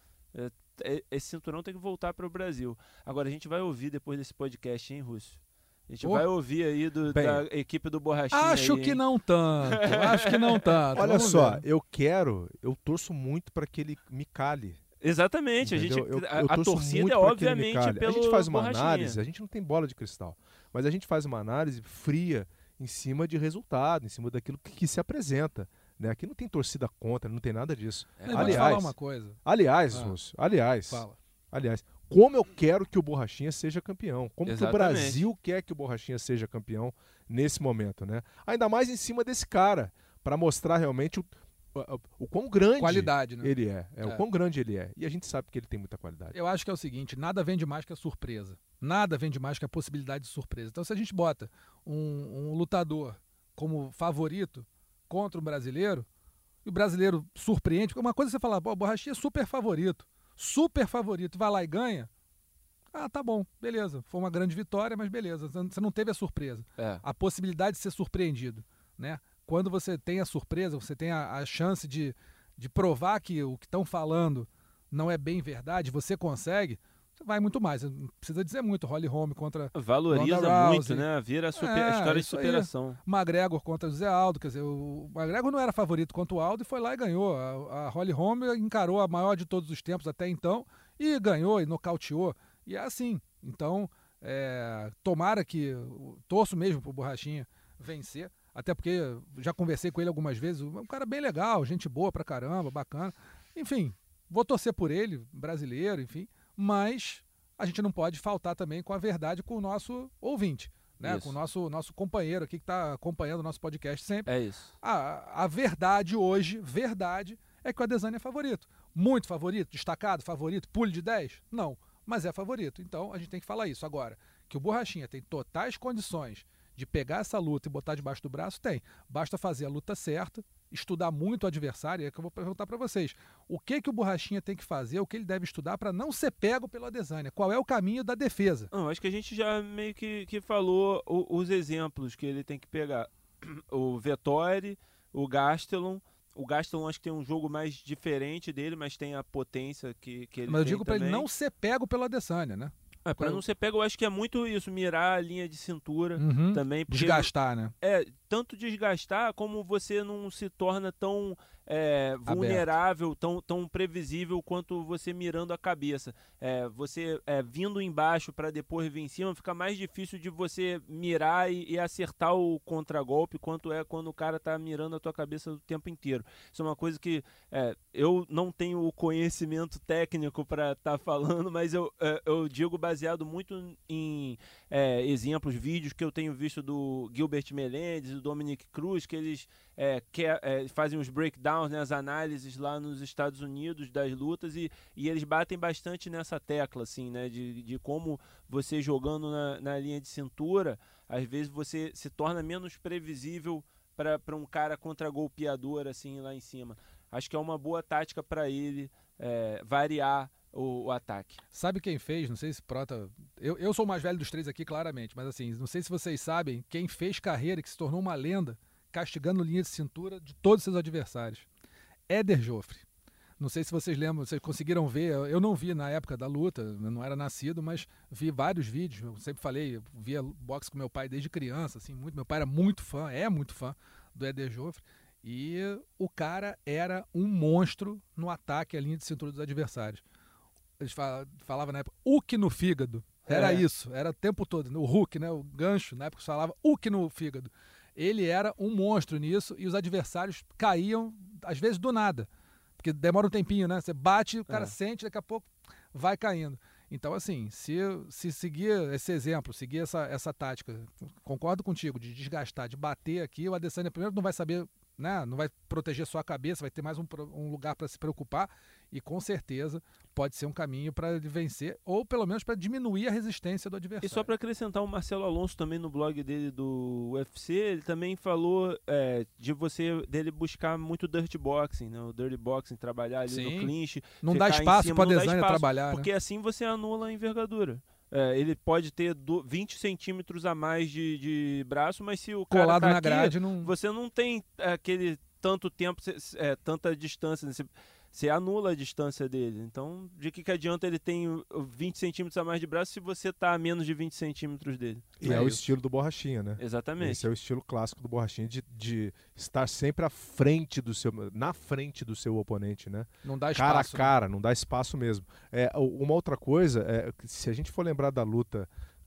é, esse cinturão tem que voltar para o Brasil. Agora, a gente vai ouvir depois desse podcast, hein, Russo? A gente oh. vai ouvir aí do, Bem, da equipe do Borrachinha. Acho aí, que não tanto, acho que não tanto. Olha Vamos só, ver. eu quero, eu torço muito para que ele me cale. Exatamente, Entendeu? a, gente, eu, a, eu a torcida é obviamente pelo A gente faz uma Borrachinha. análise, a gente não tem bola de cristal, mas a gente faz uma análise fria em cima de resultado, em cima daquilo que, que se apresenta. Né? Aqui não tem torcida contra, não tem nada disso. É, aliás, vou te falar uma coisa. Aliás, ah, Russo, aliás, fala. aliás, como eu quero que o Borrachinha seja campeão, como que o Brasil quer que o Borrachinha seja campeão nesse momento, né? Ainda mais em cima desse cara, para mostrar realmente o, o, o quão grande qualidade, né? ele é, é, é, o quão grande ele é. E a gente sabe que ele tem muita qualidade. Eu acho que é o seguinte, nada vende mais que a surpresa. Nada vende mais que a possibilidade de surpresa. Então, se a gente bota um, um lutador como favorito contra um brasileiro, e o brasileiro surpreende, porque uma coisa é você falar, pô, o Borrachinha é super favorito. Super favorito, vai lá e ganha, ah, tá bom, beleza, foi uma grande vitória, mas beleza, você não teve a surpresa, é. a possibilidade de ser surpreendido, né? Quando você tem a surpresa, você tem a, a chance de, de provar que o que estão falando não é bem verdade, você consegue, você vai muito mais, não precisa dizer muito. Holly Holm contra valoriza Ronda muito, Rousey, né? Vira a, super, é, a história de isso superação. Aí. McGregor contra José Aldo, quer dizer, o McGregor não era favorito contra o Aldo e foi lá e ganhou. A, a Holly Holm encarou a maior de todos os tempos até então e ganhou e nocauteou. E é assim. Então, é, tomara que, torço mesmo pro Borrachinha vencer, até porque já conversei com ele algumas vezes, um cara bem legal, gente boa pra caramba, bacana. Enfim, vou torcer por ele, brasileiro, enfim, mas a gente não pode faltar também com a verdade com o nosso ouvinte, né? Isso. Com o nosso, nosso companheiro aqui que está acompanhando o nosso podcast sempre. É isso. A, a verdade hoje, verdade, é que o Adesanya é favorito. Muito favorito, destacado, favorito, pule de dez? Não, mas é favorito. Então a gente tem que falar isso. Agora, que o Borrachinha tem totais condições de pegar essa luta e botar debaixo do braço, tem. Basta fazer a luta certa, estudar muito o adversário, é que eu vou perguntar para vocês. O que que o Borrachinha tem que fazer, o que ele deve estudar para não ser pego pelo Adesanya? Qual é o caminho da defesa? Não, acho que a gente já meio que, que falou o, os exemplos que ele tem que pegar. O Vettori, o Gastelum. O Gastelum acho que tem um jogo mais diferente dele, mas tem a potência que, que ele Mas eu tem digo para ele também. não ser pego pelo Adesanya, né? É, pra não ser pego, eu acho que é muito isso, mirar a linha de cintura Uhum. também. Porque, desgastar, né? É, tanto desgastar como você não se torna tão é, vulnerável, tão, tão previsível quanto você mirando a cabeça. É, você é, vindo embaixo para depois vir em cima, fica mais difícil de você mirar e, e acertar o contragolpe quanto é quando o cara tá mirando a tua cabeça o tempo inteiro. Isso é uma coisa que é, eu não tenho o conhecimento técnico para estar tá falando, mas eu, é, eu digo baseado muito em é, exemplos, vídeos que eu tenho visto do Gilbert Melendez, do Dominic Cruz, que eles é, quer, é, fazem os breakdowns, né, as análises lá nos Estados Unidos das lutas e, e eles batem bastante nessa tecla, assim, né, de, de como você jogando na, na linha de cintura, às vezes você se torna menos previsível para um cara contragolpeador assim lá em cima. Acho que é uma boa tática para ele é, variar O, o ataque. Sabe quem fez? Não sei se Prota... Eu, eu sou o mais velho dos três aqui, claramente, mas assim, não sei se vocês sabem quem fez carreira, que se tornou uma lenda, castigando linha de cintura de todos os seus adversários. Éder Joffre. Não sei se vocês lembram, vocês conseguiram ver, eu não vi na época da luta, eu não era nascido, mas vi vários vídeos, eu sempre falei, eu via boxe com meu pai desde criança, assim, muito, meu pai era muito fã, é muito fã do Éder Joffre, e o cara era um monstro no ataque à linha de cintura dos adversários. Eles falavam na época, hook no fígado. Era é. isso, era o tempo todo. O hook, né, o gancho, na época falava hook no fígado. Ele era um monstro nisso e os adversários caíam, às vezes, do nada. porque demora um tempinho, né? Você bate, o cara É. sente, daqui a pouco vai caindo. Então, assim, se, se seguir esse exemplo, seguir essa, essa tática, concordo contigo, de desgastar, de bater aqui, o Adesanya primeiro não vai saber, né, não vai proteger sua cabeça, vai ter mais um, um lugar para se preocupar e com certeza pode ser um caminho para ele vencer ou pelo menos para diminuir a resistência do adversário. E só para acrescentar, o Marcelo Alonso também no blog dele do U F C, ele também falou é, de você dele buscar muito dirty boxing, né? O dirty boxing, trabalhar ali Sim. no clinch. Não dá espaço para o Adesanya trabalhar, porque né? assim você anula a envergadura. É, ele pode ter do, vinte centímetros a mais de, de braço, mas se o cara colado tá na aqui, grade, não... você não tem aquele tanto tempo, é, tanta distância, né? Você, você anula a distância dele. Então, de que, que adianta ele ter vinte centímetros a mais de braço se você está a menos de vinte centímetros dele? E é, É o isso. estilo do Borrachinha, né? Exatamente. Esse é o estilo clássico do Borrachinha, de, de estar sempre à frente do seu, na frente do seu oponente, né? Não dá Cara a espaço. cara, não dá espaço mesmo. É, uma outra coisa, é, se a gente for lembrar da luta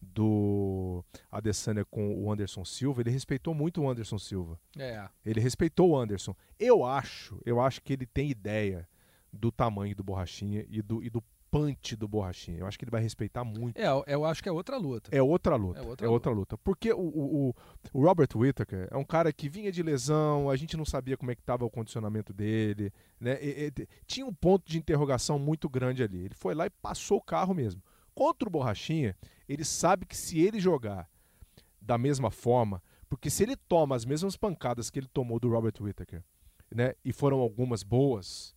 do Adesanya com o Anderson Silva, ele respeitou muito o Anderson Silva. Né? É. Ele respeitou o Anderson. Eu acho, eu acho que ele tem ideia do tamanho do Borrachinha e do, e do punch do Borrachinha. Eu acho que ele vai respeitar muito. É, eu acho que é outra luta. É outra luta. É outra é outra luta. Porque o, o, o Robert Whittaker é um cara que vinha de lesão, a gente não sabia como é que estava o condicionamento dele, né? E, e, tinha um ponto de interrogação muito grande ali. Ele foi lá e passou o carro mesmo. Contra o Borrachinha, ele sabe que se ele jogar da mesma forma, porque se ele toma as mesmas pancadas que ele tomou do Robert Whittaker, né, e foram algumas boas,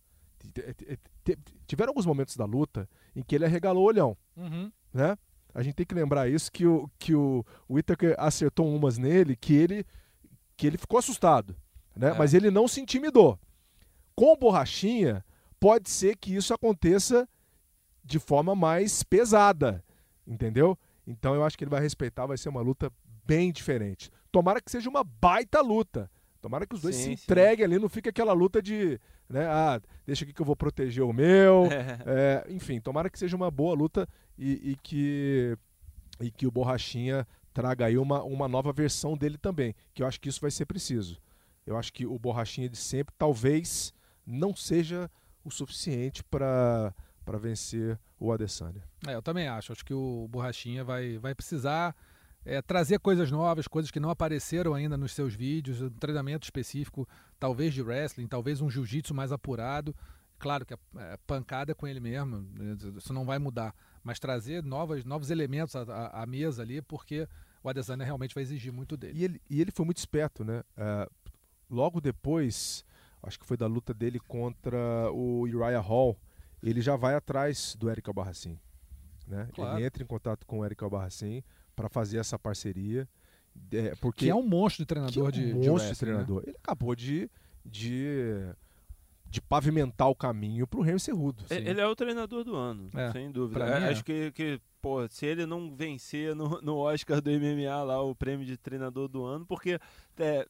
tiveram alguns momentos da luta em que ele arregalou o olhão, Uhum. né? A gente tem que lembrar isso, que o, que o Whittaker acertou umas nele que ele, que ele ficou assustado, né? É. Mas ele não se intimidou. Com o Borrachinha, pode ser que isso aconteça de forma mais pesada, entendeu? Então eu acho que ele vai respeitar, vai ser uma luta bem diferente. Tomara que seja uma baita luta. Tomara que os dois Sim, se sim. entreguem ali, não fique aquela luta de, né, ah, deixa aqui que eu vou proteger o meu. É, enfim, tomara que seja uma boa luta e, e, que, e que o Borrachinha traga aí uma, uma nova versão dele também, que eu acho que isso vai ser preciso. Eu acho que o Borrachinha de sempre talvez não seja o suficiente para para vencer o Adesanya. É, eu também acho. Acho que o Borrachinha vai, vai precisar é, trazer coisas novas, coisas que não apareceram ainda nos seus vídeos, um treinamento específico, talvez de wrestling, talvez um jiu-jitsu mais apurado. Claro que a é, pancada é com ele mesmo, isso não vai mudar, mas trazer novas, novos elementos à, à, à mesa ali, porque o Adesanya realmente vai exigir muito dele. E ele, e ele foi muito esperto, né? Uh, logo depois, acho que foi da luta dele contra o Uriah Hall, ele já vai atrás do Eric Albarracín, né? Claro. Ele entra em contato com o Eric Albarracín para fazer essa parceria, é, porque Que é um monstro de treinador que é um de, monstro de, de wrestling, treinador. né? Ele acabou de, de, de pavimentar o caminho para o Henry Cejudo. É, Ele é o treinador do ano, É, sem dúvida. pra mim É, é. Acho que, que pô, se ele não vencer no, no Oscar do M M A lá o prêmio de treinador do ano, porque é,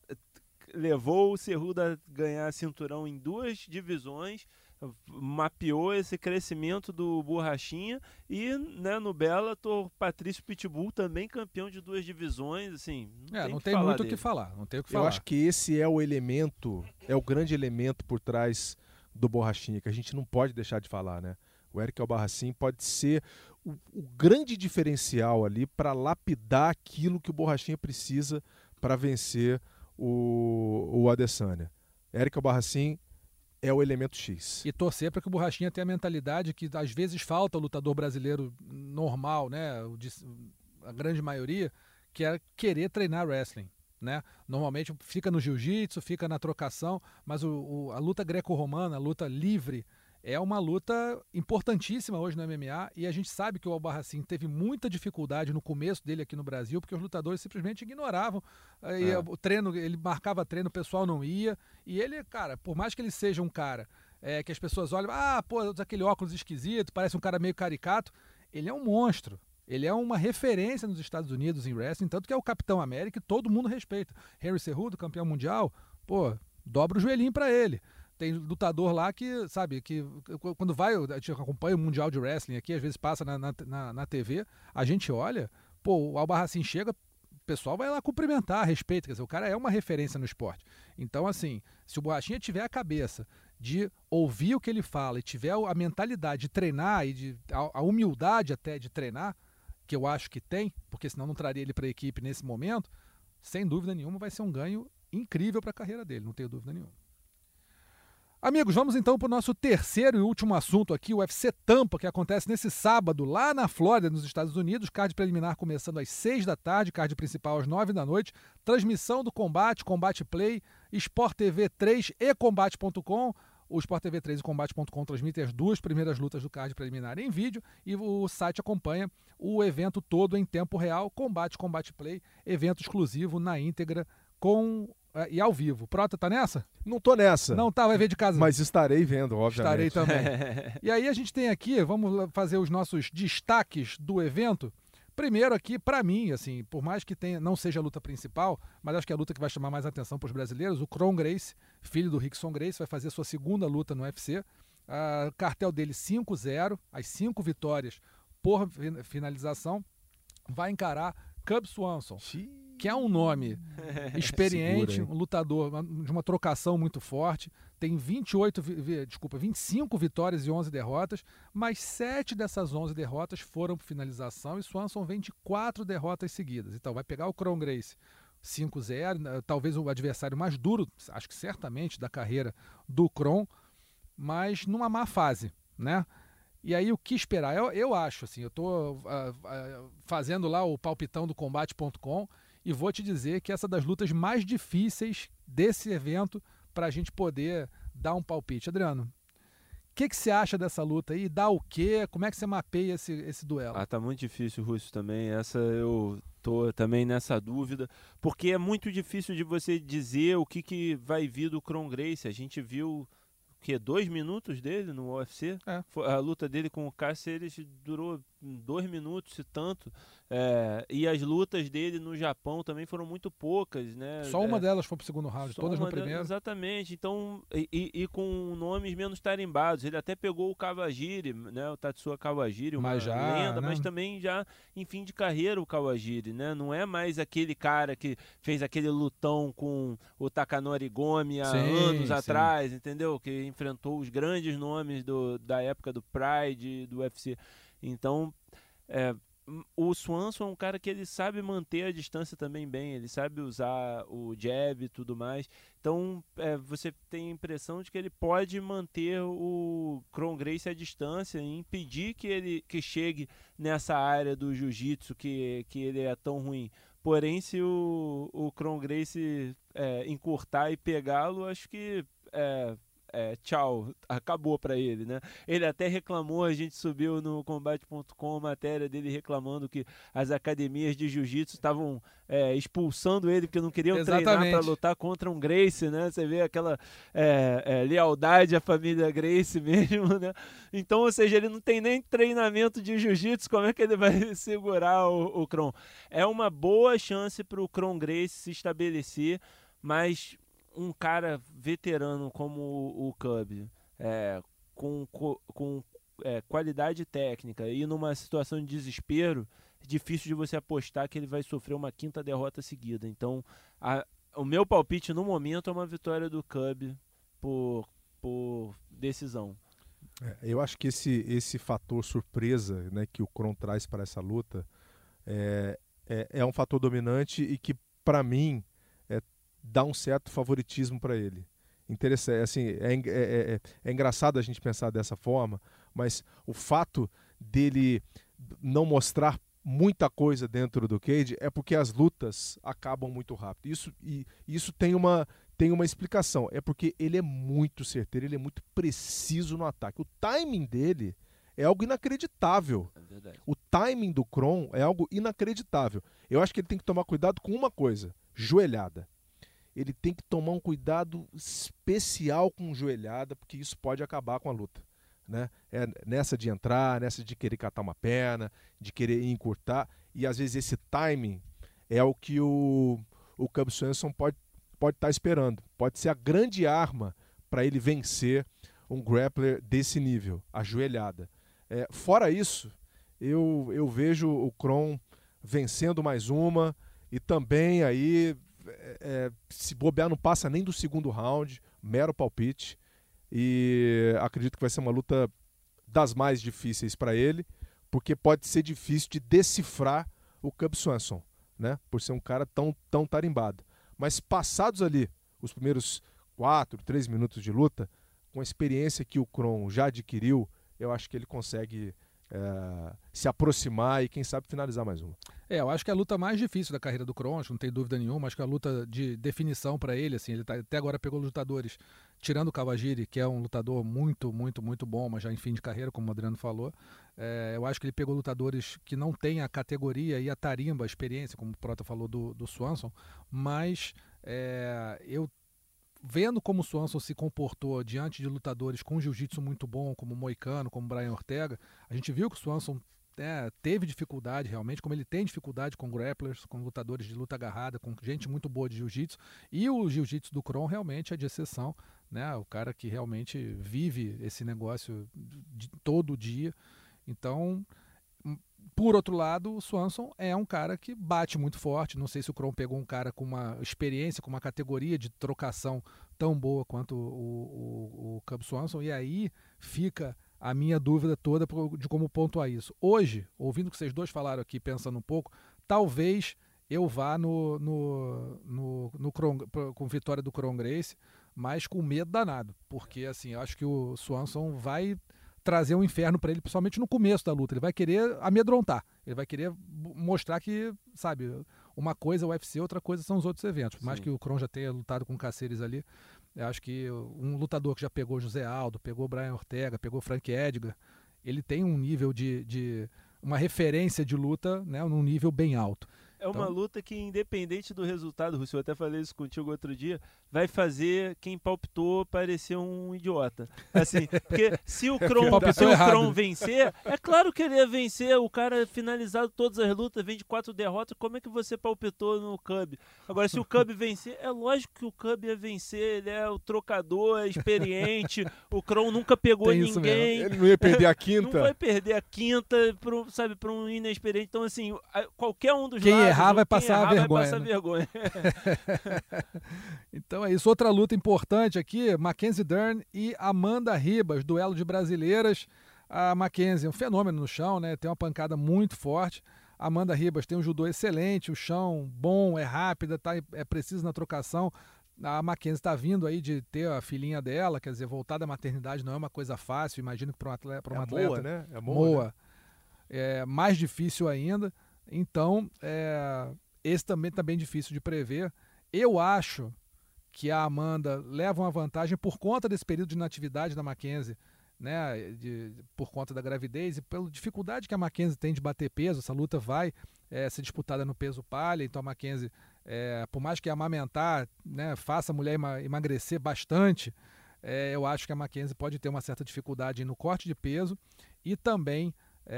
levou o Cejudo a ganhar cinturão em duas divisões, mapeou esse crescimento do Borrachinha e, né, no Bellator, Patrício Pitbull também campeão de duas divisões, assim, não É, tem não que tem falar muito o dele. que falar, não tem o que Eu falar. acho que esse é o elemento, é o grande elemento por trás do Borrachinha, que a gente não pode deixar de falar, né? O Eric Albarracín pode ser o, o grande diferencial ali para lapidar aquilo que o Borrachinha precisa para vencer o, o Adesanya. Eric Albarracín é o elemento X. E torcer para que o Borrachinha tenha a mentalidade que às vezes falta o lutador brasileiro normal, né? O de, a grande maioria, que é querer treinar wrestling, né? Normalmente fica no jiu-jitsu, fica na trocação, mas o, o, a luta greco-romana, a luta livre, é uma luta importantíssima hoje no M M A e a gente sabe que o Albarracín teve muita dificuldade no começo dele aqui no Brasil, porque os lutadores simplesmente ignoravam. É. E o treino, ele marcava treino, o pessoal não ia. E ele, cara, por mais que ele seja um cara é, que as pessoas olham, ah, pô, usa aquele óculos esquisito, parece um cara meio caricato, ele é um monstro. Ele é uma referência nos Estados Unidos em wrestling, tanto que é o Capitão América e todo mundo respeita. Henry Cejudo, campeão mundial, pô, dobra o joelhinho pra ele. Tem lutador lá que, sabe, que quando vai, a gente acompanha o Mundial de Wrestling aqui, às vezes passa na, na, na T V, a gente olha, pô, o Albarracín chega, o pessoal vai lá cumprimentar, respeita, quer dizer, o cara é uma referência no esporte. Então, assim, se o Borrachinha tiver a cabeça de ouvir o que ele fala e tiver a mentalidade de treinar e de, a, a humildade até de treinar, que eu acho que tem, porque senão não traria ele para a equipe nesse momento, sem dúvida nenhuma vai ser um ganho incrível para a carreira dele, não tenho dúvida nenhuma. Amigos, vamos então para o nosso terceiro e último assunto aqui, o U F C Tampa, que acontece nesse sábado lá na Flórida, nos Estados Unidos, card preliminar começando às seis da tarde, card principal às nove da noite, transmissão do Combate, Combate Play, Sport T V três e Combate ponto com. O Sport T V três e Combate ponto com transmitem as duas primeiras lutas do card preliminar em vídeo e o site acompanha o evento todo em tempo real, Combate, Combate Play, evento exclusivo na íntegra com... e ao vivo. Prota, tá nessa? Não tô nessa. Não tá, vai ver de casa. Mas estarei vendo, obviamente. Estarei também. E aí a gente tem aqui, vamos fazer os nossos destaques do evento. Primeiro aqui, para mim, assim, por mais que tenha, não seja a luta principal, mas acho que é a luta que vai chamar mais atenção para os brasileiros, o Kron Gracie, filho do Rickson Gracie, vai fazer sua segunda luta no U F C. O cartel dele cinco a zero, as cinco vitórias por finalização. Vai encarar Cub Swanson, que é um nome experiente, Segura, um lutador de uma trocação muito forte, tem vinte e oito, desculpa, vinte e cinco vitórias e onze derrotas, mas sete dessas onze derrotas foram por finalização e Swanson vem de quatro derrotas seguidas. Então vai pegar o Kron Gracie cinco a zero, talvez o adversário mais duro, acho que certamente, da carreira do Kron, mas numa má fase, né? E aí o que esperar? Eu, eu acho, assim, eu estou uh, uh, fazendo lá o palpitão do Combate ponto com e vou te dizer que essa é das lutas mais difíceis desse evento para a gente poder dar um palpite. Adriano, o que, que você acha dessa luta aí? Dá o quê? Como é que você mapeia esse, esse duelo? Ah, tá muito difícil, Russo, também. Essa eu tô também nessa dúvida, porque é muito difícil de você dizer o que, que vai vir do Kron Gracie. A gente viu... que dois minutos dele no U F C, é. A luta dele com o Cáceres durou dois minutos e tanto, é, e as lutas dele no Japão também foram muito poucas, né? Só uma é, delas foi pro segundo round, todas no primeiro. Delas, exatamente, então, e, e, e com nomes menos tarimbados, ele até pegou o Kawajiri, né? O Tatsuya Kawajiri, uma mas já, lenda, né? mas também já em fim de carreira o Kawajiri, né? Não é mais aquele cara que fez aquele lutão com o Takanori Gomi há sim, anos sim. atrás, entendeu? Que enfrentou os grandes nomes do, da época do Pride, do U F C. Então, é, o Swanson é um cara que ele sabe manter a distância também bem, ele sabe usar o jab e tudo mais. Então, é, você tem a impressão de que ele pode manter o Kron Gracie à distância e impedir que ele que chegue nessa área do jiu-jitsu que, que ele é tão ruim. Porém, se o, o Kron Gracie é, encurtar e pegá-lo, acho que... É, É, tchau, acabou pra ele, né? Ele até reclamou, a gente subiu no Combate ponto com a matéria dele reclamando que as academias de jiu-jitsu estavam é, expulsando ele porque não queriam Exatamente. treinar pra lutar contra um Gracie, né? Você vê aquela é, é, lealdade à família Gracie mesmo, né? Então, ou seja, ele não tem nem treinamento de jiu-jitsu, como é que ele vai segurar o, o Kron? É uma boa chance pro Kron Gracie se estabelecer, mas... um cara veterano como o, o Cub, é, com, com é, qualidade técnica e numa situação de desespero, é difícil de você apostar que ele vai sofrer uma quinta derrota seguida. Então, a, o meu palpite no momento é uma vitória do Cub por, por decisão. É, eu acho que esse, esse fator surpresa, né, que o Kron traz para essa luta é, é, é um fator dominante e que, para mim, dá um certo favoritismo para ele. Interessante, assim, é, é, é, é engraçado a gente pensar dessa forma, mas o fato dele não mostrar muita coisa dentro do cage é porque as lutas acabam muito rápido. Isso, e, isso tem, uma, tem uma explicação. É porque ele é muito certeiro, ele é muito preciso no ataque. O timing dele é algo inacreditável. É verdade. O timing do Kron é algo inacreditável. Eu acho que ele tem que tomar cuidado com uma coisa, joelhada. Ele tem que tomar um cuidado especial com joelhada, porque isso pode acabar com a luta, né? É nessa de entrar, nessa de querer catar uma perna, de querer encurtar, e às vezes esse timing é o que o, o Cub Swanson pode pode estar esperando. Pode ser a grande arma para ele vencer um grappler desse nível, a joelhada. É, fora isso, eu, eu vejo o Kron vencendo mais uma e também aí... É, se bobear não passa nem do segundo round, mero palpite, e acredito que vai ser uma luta das mais difíceis para ele, porque pode ser difícil de decifrar o Cub Swanson, né? Por ser um cara tão, tão tarimbado. Mas passados ali os primeiros quatro, três minutos de luta, com a experiência que o Kron já adquiriu, eu acho que ele consegue é, se aproximar e quem sabe finalizar mais uma. É, eu acho que é a luta mais difícil da carreira do Kron, não tem dúvida nenhuma, acho que é a luta de definição para ele, assim, ele tá, até agora pegou lutadores, tirando o Kawajiri, que é um lutador muito, muito, muito bom, mas já em fim de carreira, como o Adriano falou, é, eu acho que ele pegou lutadores que não têm a categoria e a tarimba, a experiência, como o Prota falou do, do Swanson, mas é, eu vendo como o Swanson se comportou diante de lutadores com jiu-jitsu muito bom, como o Moicano, como o Brian Ortega, a gente viu que o Swanson É, teve dificuldade realmente, como ele tem dificuldade com grapplers, com lutadores de luta agarrada, com gente muito boa de jiu-jitsu, e o jiu-jitsu do Kron realmente é de exceção, né? O cara que realmente vive esse negócio de todo dia. Então, por outro lado, o Swanson é um cara que bate muito forte. Não sei se o Kron pegou um cara com uma experiência, com uma categoria de trocação tão boa quanto o, o, o Cub Swanson, e aí fica a minha dúvida toda de como pontuar isso. Hoje, ouvindo o que vocês dois falaram aqui, pensando um pouco, talvez eu vá no, no, no, no Kron, com vitória do Kron Gracie, mas com medo danado, porque assim, eu acho que o Swanson vai trazer um inferno para ele, principalmente no começo da luta. Ele vai querer amedrontar, ele vai querer mostrar que, sabe, uma coisa é o U F C, outra coisa são os outros eventos. Por mais que o Kron já tenha lutado com o Cáceres ali, eu acho que um lutador que já pegou José Aldo, pegou Brian Ortega, pegou Frank Edgar, ele tem um nível de, de uma referência de luta, né, num nível bem alto. É uma então, luta que, independente do resultado, Russo, eu até falei isso contigo outro dia, vai fazer quem palpitou parecer um idiota. Assim, porque se o Kron, se o Kron vencer, é claro que ele ia vencer, o cara finalizado todas as lutas, vem de quatro derrotas, como é que você palpitou no Cub? Agora, se o Cub vencer, é lógico que o Cub ia vencer, ele é o trocador, é experiente, o Kron nunca pegou ninguém. Ele não ia perder a quinta. Não vai perder a quinta, pro, sabe, para um inexperiente. Então, assim, qualquer um dos quem lados, errar vai passar errar a vergonha. Vai passar né? vergonha. Então é isso. Outra luta importante aqui, Mackenzie Dern e Amanda Ribas, duelo de brasileiras. A Mackenzie é um fenômeno no chão, né? Tem uma pancada muito forte. A Amanda Ribas tem um judô excelente, o chão bom, é rápida, tá, é preciso na trocação. A Mackenzie está vindo aí de ter a filhinha dela, quer dizer, voltar da maternidade não é uma coisa fácil, imagino que para um atleta, para um é atleta Moa, né? É Moa, Moa, né? é mais difícil ainda. Então, é, esse também está bem difícil de prever. Eu acho que a Amanda leva uma vantagem por conta desse período de inatividade da Mackenzie, né, de, por conta da gravidez e pela dificuldade que a Mackenzie tem de bater peso. Essa luta vai é, ser disputada no peso palha, então a Mackenzie, é, por mais que amamentar, né, faça a mulher emagrecer bastante, é, eu acho que a Mackenzie pode ter uma certa dificuldade no corte de peso e também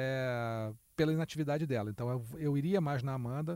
é, pela inatividade dela. Então eu, eu iria mais na Amanda,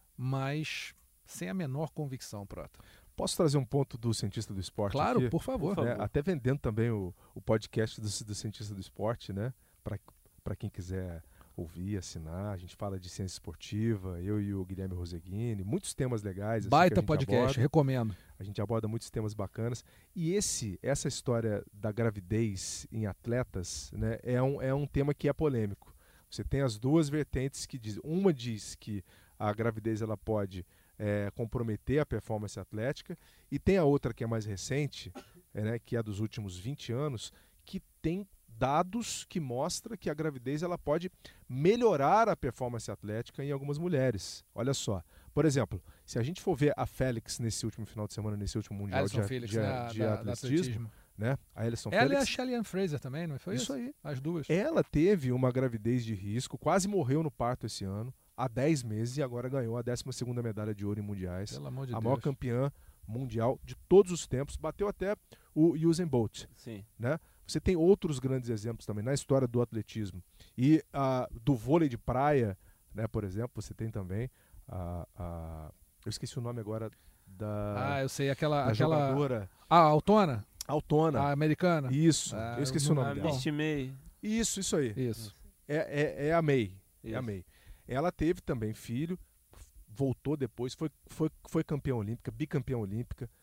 mas sem a menor convicção, Prota. Posso trazer um ponto do cientista do esporte? Claro, aqui? por favor. Por favor. É, até vendendo também o, o podcast do, do cientista do esporte, né? Para quem quiser ouvir, assinar. A gente fala de ciência esportiva, eu e o Guilherme Roseguini, muitos temas legais. Assim, Baita podcast, aborda. Recomendo. A gente aborda muitos temas bacanas. E esse, essa história da gravidez em atletas, né, é, um, é um tema que é polêmico. Você tem as duas vertentes que dizem. Uma diz que a gravidez ela pode é, comprometer a performance atlética, e tem a outra que é mais recente, é, né, que é dos últimos vinte anos, que tem dados que mostram que a gravidez ela pode melhorar a performance atlética em algumas mulheres. Olha só, por exemplo, se a gente for ver a Félix nesse último final de semana, nesse último Mundial Alison de, Felix, de, né, de da, atletismo, né? A Alison Ela Felix, e a Shelly Ann Fraser também, não foi isso? Isso aí. As duas. Ela teve uma gravidez de risco, quase morreu no parto esse ano, há dez meses, e agora ganhou a décima segunda medalha de ouro em mundiais. Pelo amor de a Deus. maior campeã mundial de todos os tempos, bateu até o Usain Bolt. Sim. Né? Você tem outros grandes exemplos também na história do atletismo. E uh, do vôlei de praia, né, por exemplo, você tem também a... a eu esqueci o nome agora da... Ah, eu sei, aquela... da aquela... jogadora... Ah, a Autona? Autona. A americana? Isso, ah, eu esqueci eu o não... nome a dela. Misty May. Isso, isso aí. Isso. É, é, é a May. Isso. É a May. Ela teve também filho, voltou depois, foi, foi, foi campeã olímpica, bicampeã olímpica,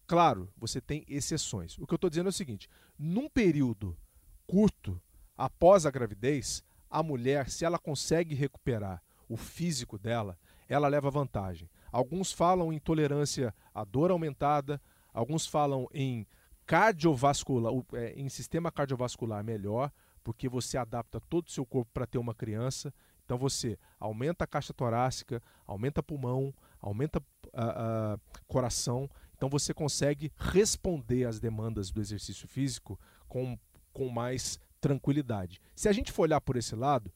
Claro, você tem exceções. O que eu estou dizendo é o seguinte, num período curto, após a gravidez, a mulher, se ela consegue recuperar o físico dela, ela leva vantagem. Alguns falam em tolerância à dor aumentada, alguns falam em cardiovascular, em sistema cardiovascular melhor, porque você adapta todo o seu corpo para ter uma criança. Então você aumenta a caixa torácica, aumenta pulmão, aumenta uh, uh, coração. Então você consegue responder às demandas do exercício físico com, com mais tranquilidade. Se a gente for olhar por esse lado,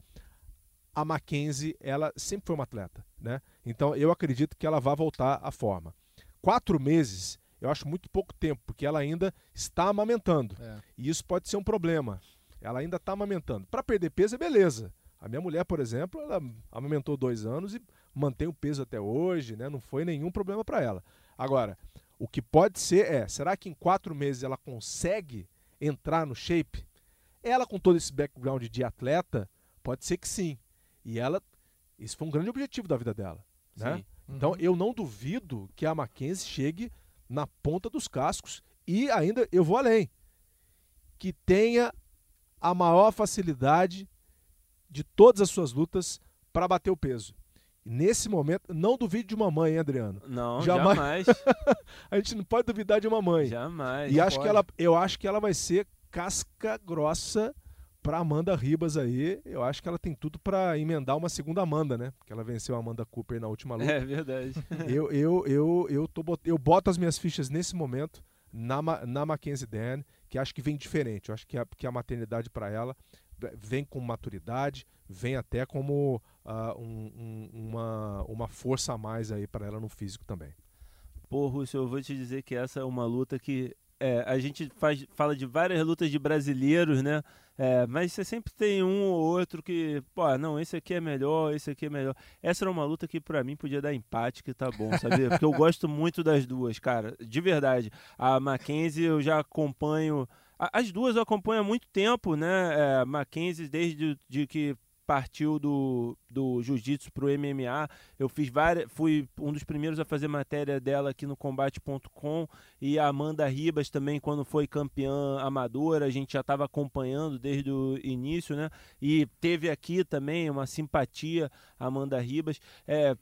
a Mackenzie, ela sempre foi uma atleta, né? Então eu acredito que ela vai voltar à forma. Quatro meses, eu acho muito pouco tempo, porque ela ainda está amamentando. É. E isso pode ser um problema. Ela ainda está amamentando. Para perder peso é beleza. A minha mulher, por exemplo, ela amamentou dois anos e mantém o peso até hoje, né? Não foi nenhum problema para ela. Agora, o que pode ser é, será que em quatro meses ela consegue entrar no shape? Ela, com todo esse background de atleta, pode ser que sim. E ela, isso foi um grande objetivo da vida dela, né? Uhum. Então, eu não duvido que a Mackenzie chegue na ponta dos cascos e ainda, eu vou além, que tenha a maior facilidade de todas as suas lutas para bater o peso. E nesse momento, não duvide de uma mãe, hein, Adriano? Não, jamais. jamais. A gente não pode duvidar de uma mãe. Jamais. E acho que ela, eu acho que ela vai ser casca grossa para Amanda Ribas aí. Eu acho que ela tem tudo para emendar uma segunda Amanda, né? Porque ela venceu a Amanda Cooper na última luta. É verdade. eu, eu, eu, eu, tô, eu boto as minhas fichas nesse momento na, na Mackenzie Dern, que acho que vem diferente. Eu acho que a, que a maternidade para ela vem com maturidade, vem até como uh, um, um, uma, uma força a mais aí para ela no físico também. Pô, Russo, eu vou te dizer que essa é uma luta que é, a gente faz, fala de várias lutas de brasileiros, né? É, mas você sempre tem um ou outro que, pô, não, esse aqui é melhor, esse aqui é melhor. Essa era uma luta que pra mim podia dar empate, que tá bom, sabe? Porque eu gosto muito das duas, cara, de verdade. A Mackenzie eu já acompanho, as duas eu acompanho há muito tempo, né? É, a Mackenzie desde de que partiu do, do jiu-jitsu pro M M A, eu fiz várias, fui um dos primeiros a fazer matéria dela aqui no combate ponto com, e a Amanda Ribas também, quando foi campeã amadora, a gente já estava acompanhando desde o início, né? E teve aqui também uma simpatia, a Amanda Ribas. É,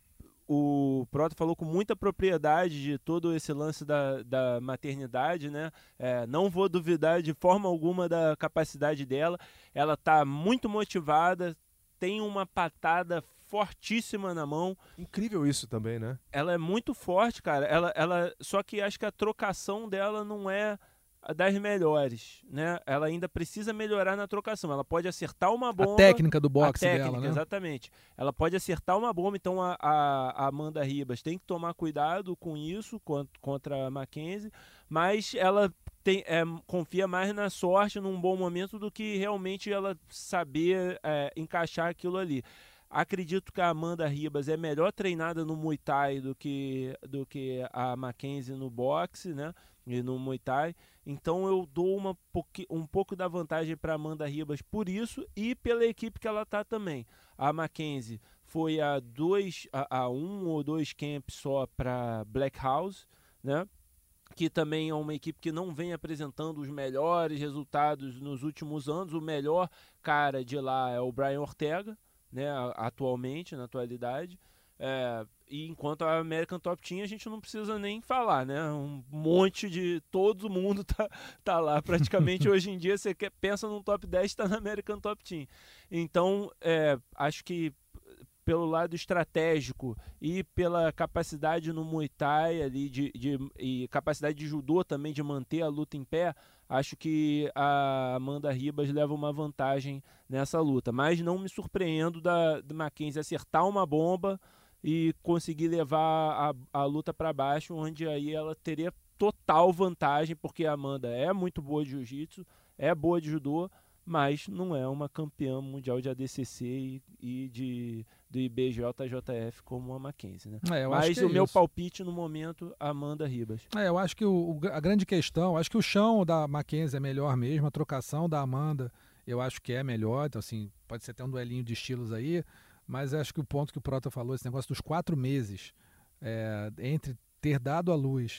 o Proto falou com muita propriedade de todo esse lance da, da maternidade, né? É, não vou duvidar de forma alguma da capacidade dela. Ela está muito motivada, tem uma patada fortíssima na mão. Incrível isso também, né? Ela é muito forte, cara. Ela, ela, só que acho que a trocação dela não é das melhores, né? Ela ainda precisa melhorar na trocação. Ela pode acertar uma bomba. A técnica do boxe a técnica, dela, né? Exatamente. Ela pode acertar uma bomba, então a, a, a Amanda Ribas tem que tomar cuidado com isso contra a Mackenzie, mas ela tem, é, confia mais na sorte, num bom momento, do que realmente ela saber é, encaixar aquilo ali. Acredito que a Amanda Ribas é melhor treinada no Muay Thai do que, do que a Mackenzie no boxe, né? E no Muay Thai. Então eu dou uma pouqui, um pouco da vantagem para Amanda Ribas por isso e pela equipe que ela tá também. A Mackenzie foi a, dois, a, a um ou dois camps só para Black House, né? Que também é uma equipe que não vem apresentando os melhores resultados nos últimos anos. O melhor cara de lá é o Brian Ortega, né, atualmente, na atualidade. É, e enquanto a American Top Team a gente não precisa nem falar, né? Um monte de... todo mundo tá, tá lá praticamente. Hoje em dia você quer, pensa num top dez, está na American Top Team. Então, é, acho que pelo lado estratégico e pela capacidade no Muay Thai ali de, de, e capacidade de judô também de manter a luta em pé, acho que a Amanda Ribas leva uma vantagem nessa luta. Mas não me surpreendo da, da Mackenzie acertar uma bomba e conseguir levar a, a luta para baixo, onde aí ela teria total vantagem, porque a Amanda é muito boa de jiu-jitsu, é boa de judô, mas não é uma campeã mundial de A D C C e, e de, do I B J J F como a Mackenzie, né? É, mas o é meu isso. palpite no momento, Amanda Ribas. É, eu acho que o, a grande questão, acho que o chão da Mackenzie é melhor mesmo, a trocação da Amanda eu acho que é melhor, então assim, pode ser até um duelinho de estilos aí, mas acho que o ponto que o Prota falou, esse negócio dos quatro meses, é, entre ter dado à luz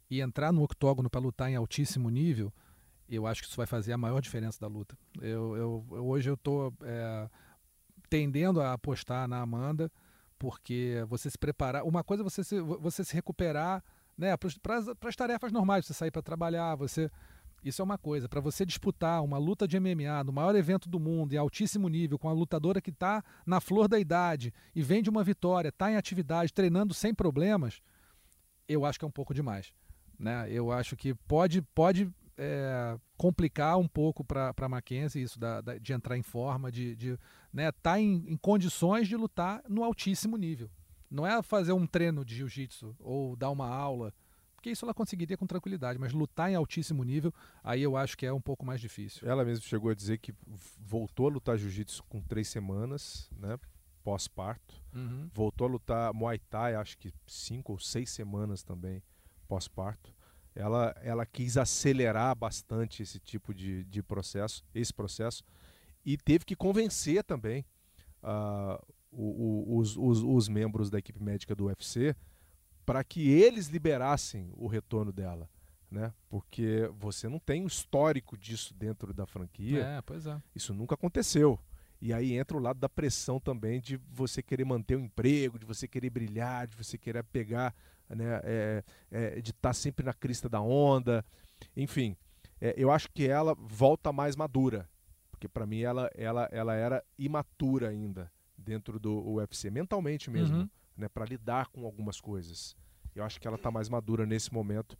e entrar no octógono para lutar em altíssimo nível, eu acho que isso vai fazer a maior diferença da luta. Eu, eu, eu, hoje eu estou é, tendendo a apostar na Amanda, porque você se preparar... Uma coisa é você se, você se recuperar, né, para as tarefas normais, você sair para trabalhar, você... Isso é uma coisa. Para você disputar uma luta de M M A no maior evento do mundo, em altíssimo nível, com a lutadora que está na flor da idade e vem de uma vitória, está em atividade, treinando sem problemas, eu acho que é um pouco demais. Né? Eu acho que pode... pode É, complicar um pouco para a Mackenzie isso da, da, de entrar em forma, de, de né, tá em, em condições de lutar no altíssimo nível. Não é fazer um treino de jiu-jitsu ou dar uma aula, porque isso ela conseguiria com tranquilidade, mas lutar em altíssimo nível, aí eu acho que é um pouco mais difícil. Ela mesmo chegou a dizer que voltou a lutar jiu-jitsu com três semanas, né, pós-parto. Uhum. Voltou a lutar Muay Thai, acho que cinco ou seis semanas também pós-parto. Ela, ela quis acelerar bastante esse tipo de, de processo, esse processo, e teve que convencer também uh, o, o, os, os, os membros da equipe médica do U F C para que eles liberassem o retorno dela, né? Porque você não tem um histórico disso dentro da franquia. É, pois é. Isso nunca aconteceu. E aí entra o lado da pressão também de você querer manter o emprego, de você querer brilhar, de você querer pegar, né, é, é, de estar sempre na crista da onda. Enfim, é, eu acho que ela volta mais madura, porque para mim ela, ela, ela era imatura ainda dentro do U F C, mentalmente mesmo, uhum. né, para lidar com algumas coisas. Eu acho que ela está mais madura nesse momento,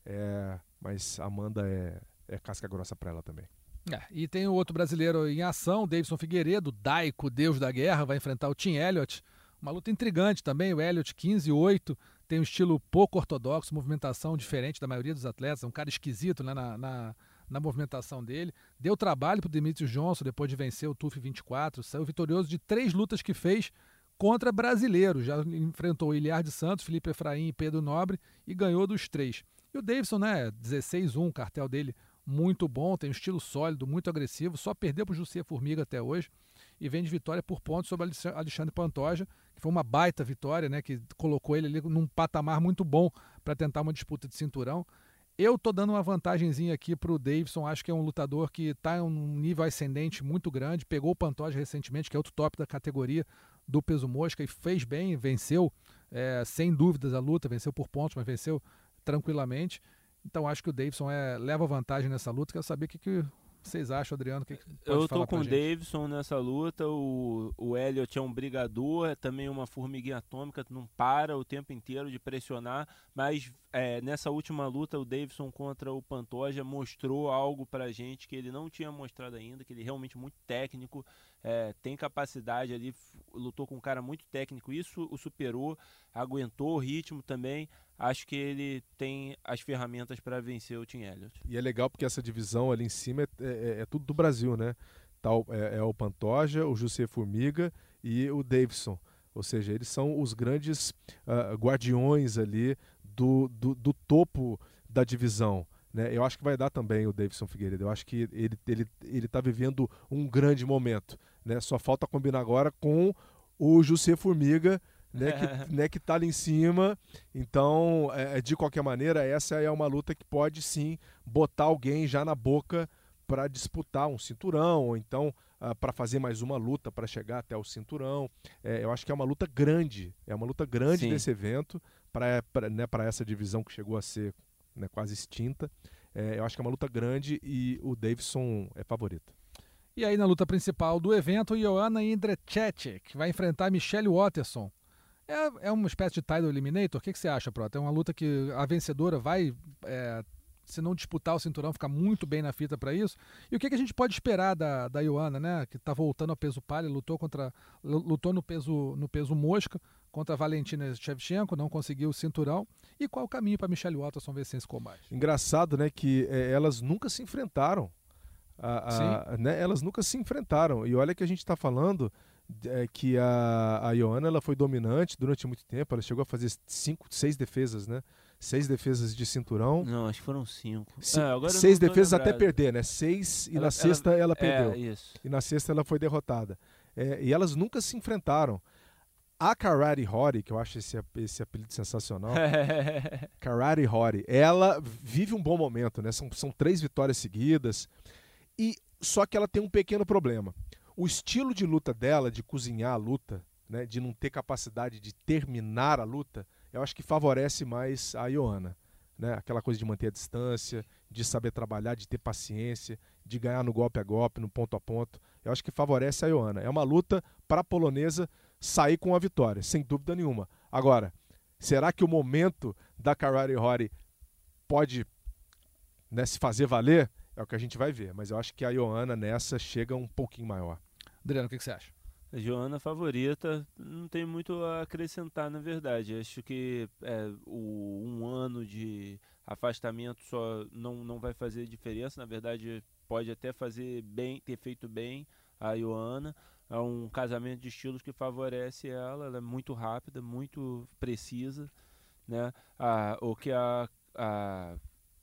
é, mas Amanda é, é casca grossa para ela também. É, e tem o outro brasileiro em ação, Davidson Figueiredo, Daico, Deus da Guerra, vai enfrentar o Tim Elliott. Uma luta intrigante também, o Elliott quinze e oito, tem um estilo pouco ortodoxo, movimentação diferente da maioria dos atletas, é um cara esquisito, né, na, na, na movimentação dele. Deu trabalho para o Demetrius Johnson depois de vencer o T U F vinte e quatro, saiu vitorioso de três lutas que fez contra brasileiros. Já enfrentou o Iliar de Santos, Felipe Efraim e Pedro Nobre e ganhou dos três. E o Davidson, né, dezesseis a um, o cartel dele muito bom, tem um estilo sólido, muito agressivo, só perdeu para o José Formiga até hoje e vem de vitória por pontos sobre Alexandre Pantoja, que foi uma baita vitória, né, que colocou ele ali num patamar muito bom para tentar uma disputa de cinturão. Eu tô dando uma vantagenzinha aqui para o Davidson, acho que é um lutador que está em um nível ascendente muito grande, pegou o Pantoja recentemente, que é outro top da categoria do peso mosca, e fez bem, venceu é, sem dúvidas a luta, venceu por pontos, mas venceu tranquilamente. Então acho que o Davidson é, leva vantagem nessa luta. Quero saber o que, que vocês acham, Adriano. O que, que pode Eu falar tô com pra o gente? Davidson nessa luta. O, o Elliott é um brigador, é também uma formiguinha atômica, não para o tempo inteiro de pressionar. Mas é, nessa última luta, o Davidson contra o Pantoja mostrou algo pra gente que ele não tinha mostrado ainda, que ele é realmente muito técnico, é, tem capacidade ali, lutou com um cara muito técnico. Isso o superou, aguentou o ritmo também. Acho que ele tem as ferramentas para vencer o Tim Elliott. E é legal porque essa divisão ali em cima é, é, é tudo do Brasil, né? Tá, é, é o Pantoja, o José Formiga e o Davidson. Ou seja, eles são os grandes uh, guardiões ali do, do, do topo da divisão. Né? Eu acho que vai dar também o Davidson Figueiredo. Eu acho que ele ele ele está vivendo um grande momento. Né? Só falta combinar agora com o José Formiga, né, que, né, que tá ali em cima. Então, é, de qualquer maneira, essa é uma luta que pode sim botar alguém já na boca para disputar um cinturão, ou então uh, para fazer mais uma luta para chegar até o cinturão. É, eu acho que é uma luta grande, é uma luta grande sim. desse evento para né, para essa divisão que chegou a ser, né, quase extinta. É, eu acho que é uma luta grande e o Davidson é favorito. E aí na luta principal do evento, Joanna Jędrzejczyk vai enfrentar Michelle Waterson. É, é uma espécie de title eliminator? O que, que você acha, Prota? É uma luta que a vencedora vai, é, se não disputar o cinturão, ficar muito bem na fita para isso. E o que, que a gente pode esperar da, da Joanna, né? Que está voltando ao peso palha, lutou, contra, lutou no, peso, no peso mosca contra a Valentina Shevchenko, não conseguiu o cinturão. E qual o caminho para Michelle Waterson vencer esse combate? Engraçado, né? Que é, elas nunca se enfrentaram. A, a, né, elas nunca se enfrentaram. E olha que a gente está falando... É que a, a Joanna ela foi dominante durante muito tempo, ela chegou a fazer cinco, seis defesas, né? Seis defesas de cinturão. Não, acho que foram cinco. C é, agora seis defesas lembrado. até perder, né? Seis e ela, na sexta ela, ela perdeu. É, isso. E na sexta ela foi derrotada. É, e elas nunca se enfrentaram. A Karate Hori, que eu acho esse, esse apelido sensacional, Karate Hori, ela vive um bom momento, né? São, são três vitórias seguidas, e só que ela tem um pequeno problema. O estilo de luta dela, de cozinhar a luta, né? De não ter capacidade de terminar a luta, eu acho que favorece mais a Joanna. Né? Aquela coisa de manter a distância, de saber trabalhar, de ter paciência, de ganhar no golpe a golpe, no ponto a ponto. Eu acho que favorece a Joanna. É uma luta para a polonesa sair com a vitória, sem dúvida nenhuma. Agora, será que o momento da Karate Hori pode, né, se fazer valer? É o que a gente vai ver. Mas eu acho que a Joanna nessa chega um pouquinho maior. Adriano, o que, que você acha? A Joanna favorita, não tem muito a acrescentar, na verdade. Acho que é, o um ano de afastamento só não, não vai fazer diferença. Na verdade, pode até fazer bem, ter feito bem a Joanna. É um casamento de estilos que favorece ela. Ela é muito rápida, muito precisa, né? Ah, o que a, a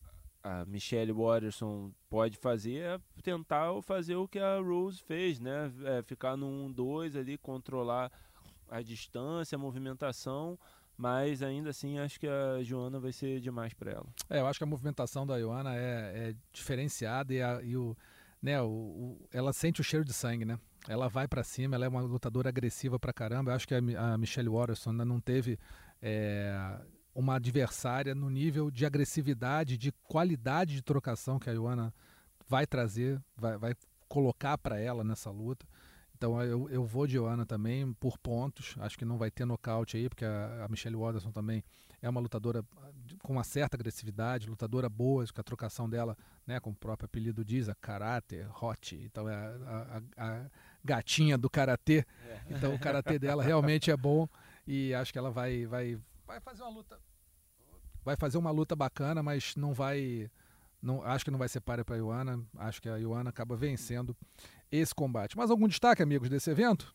a Michelle Waterson pode fazer é tentar fazer o que a Rose fez, né? É ficar no um dois ali, controlar a distância, a movimentação, mas ainda assim acho que a Joanna vai ser demais para ela. É, eu acho que a movimentação da Joanna é, é diferenciada e, a, e o, né, o, o, ela sente o cheiro de sangue, né? Ela vai para cima, ela é uma lutadora agressiva pra caramba. Eu acho que a, a Michelle Waterson ainda não teve é, uma adversária no nível de agressividade, de qualidade de trocação que a Joanna vai trazer, vai, vai colocar para ela nessa luta. Então eu, eu vou de Joanna também por pontos. Acho que não vai ter nocaute aí, porque a, a Michelle Waterson também é uma lutadora com uma certa agressividade, lutadora boa, que a trocação dela, né, como o próprio apelido diz, a Karate Hot. Então é a, a, a gatinha do karatê. É. Então o karatê dela realmente é bom e acho que ela vai, vai, vai fazer uma luta, vai fazer uma luta bacana, mas não vai, não, acho que não vai ser páreo para a Joanna. Acho que a Joanna acaba vencendo esse combate. Mas algum destaque, amigos, desse evento?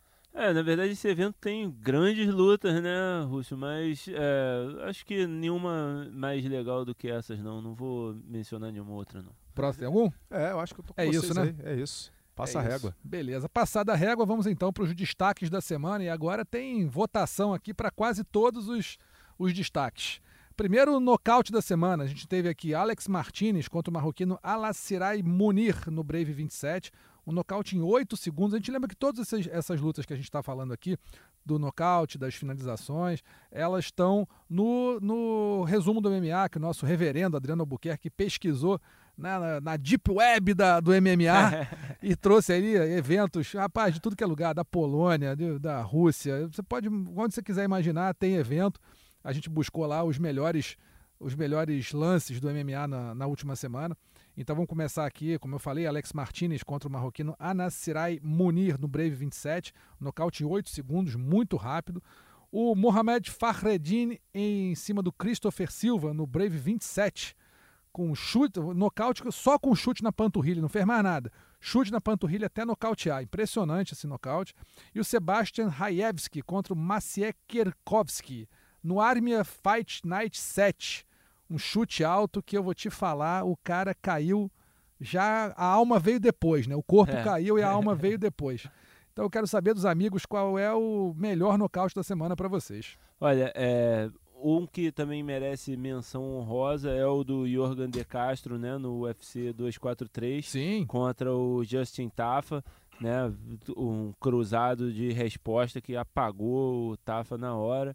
É, na verdade esse evento tem grandes lutas, né, Rússio? Mas é, acho que nenhuma mais legal do que essas, não. Não vou mencionar nenhuma outra, não. Próximo, tem algum? É, eu acho que eu tô com é vocês isso, né? aí. É isso. Passa é a régua. Isso. Beleza. Passada a régua, vamos então para os destaques da semana. E agora tem votação aqui para quase todos os, os destaques. Primeiro, o nocaute da semana. A gente teve aqui Alex Martinez contra o marroquino Alassirai Munir no Brave vinte e sete. Um nocaute em oito segundos. A gente lembra que todas essas, essas lutas que a gente está falando aqui, do nocaute, das finalizações, elas estão no, no resumo do M M A, que o nosso reverendo Adriano Albuquerque pesquisou na, na deep web da, do M M A e trouxe aí eventos, rapaz, de tudo que é lugar, da Polônia, de, da Rússia. Você pode, onde você quiser imaginar, tem evento. A gente buscou lá os melhores, os melhores lances do M M A na, na última semana. Então vamos começar aqui, como eu falei, Alex Martinez contra o marroquino Alassirai Munir no Brave vinte e sete, nocaute em oito segundos, muito rápido. O Mohamed Fakhreddin em cima do Christopher Silva no Brave vinte e sete, com chute, nocaute só com chute na panturrilha, não fez mais nada. Chute na panturrilha até nocautear, impressionante esse nocaute. E o Sebastian Rajewski contra o Maciej Kierkowski no Armia Fight Night sete. Um chute alto que eu vou te falar, o cara caiu, já a alma veio depois, né? O corpo é. caiu e a alma veio depois. Então eu quero saber dos amigos qual é o melhor nocaute da semana para vocês. Olha, é, um que também merece menção honrosa é o do Yorgan De Castro, né? No U F C duzentos e quarenta e três. Sim. Contra o Justin Tafa, né? Um cruzado de resposta que apagou o Tafa na hora.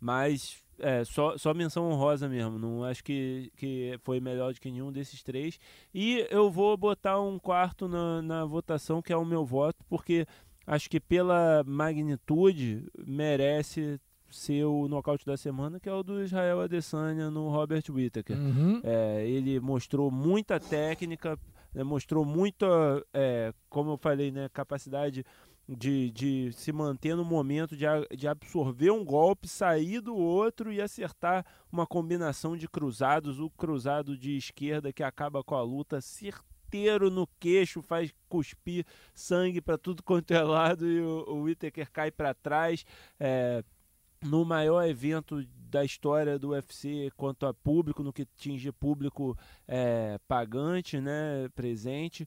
Mas é, só, só menção honrosa mesmo, não acho que, que foi melhor do que nenhum desses três. E eu vou botar um quarto na, na votação, que é o meu voto, porque acho que pela magnitude merece ser o nocaute da semana, que é o do Israel Adesanya no Robert Whittaker. Uhum. É, ele mostrou muita técnica, né, mostrou muita, é, como eu falei, né, capacidade De, de se manter no momento, de, de absorver um golpe, sair do outro e acertar uma combinação de cruzados, o cruzado de esquerda que acaba com a luta, certeiro no queixo, faz cuspir sangue para tudo quanto é lado e o, o Whittaker cai para trás. É, no maior evento da história do U F C quanto a público, no que atinge público é, pagante, né, presente.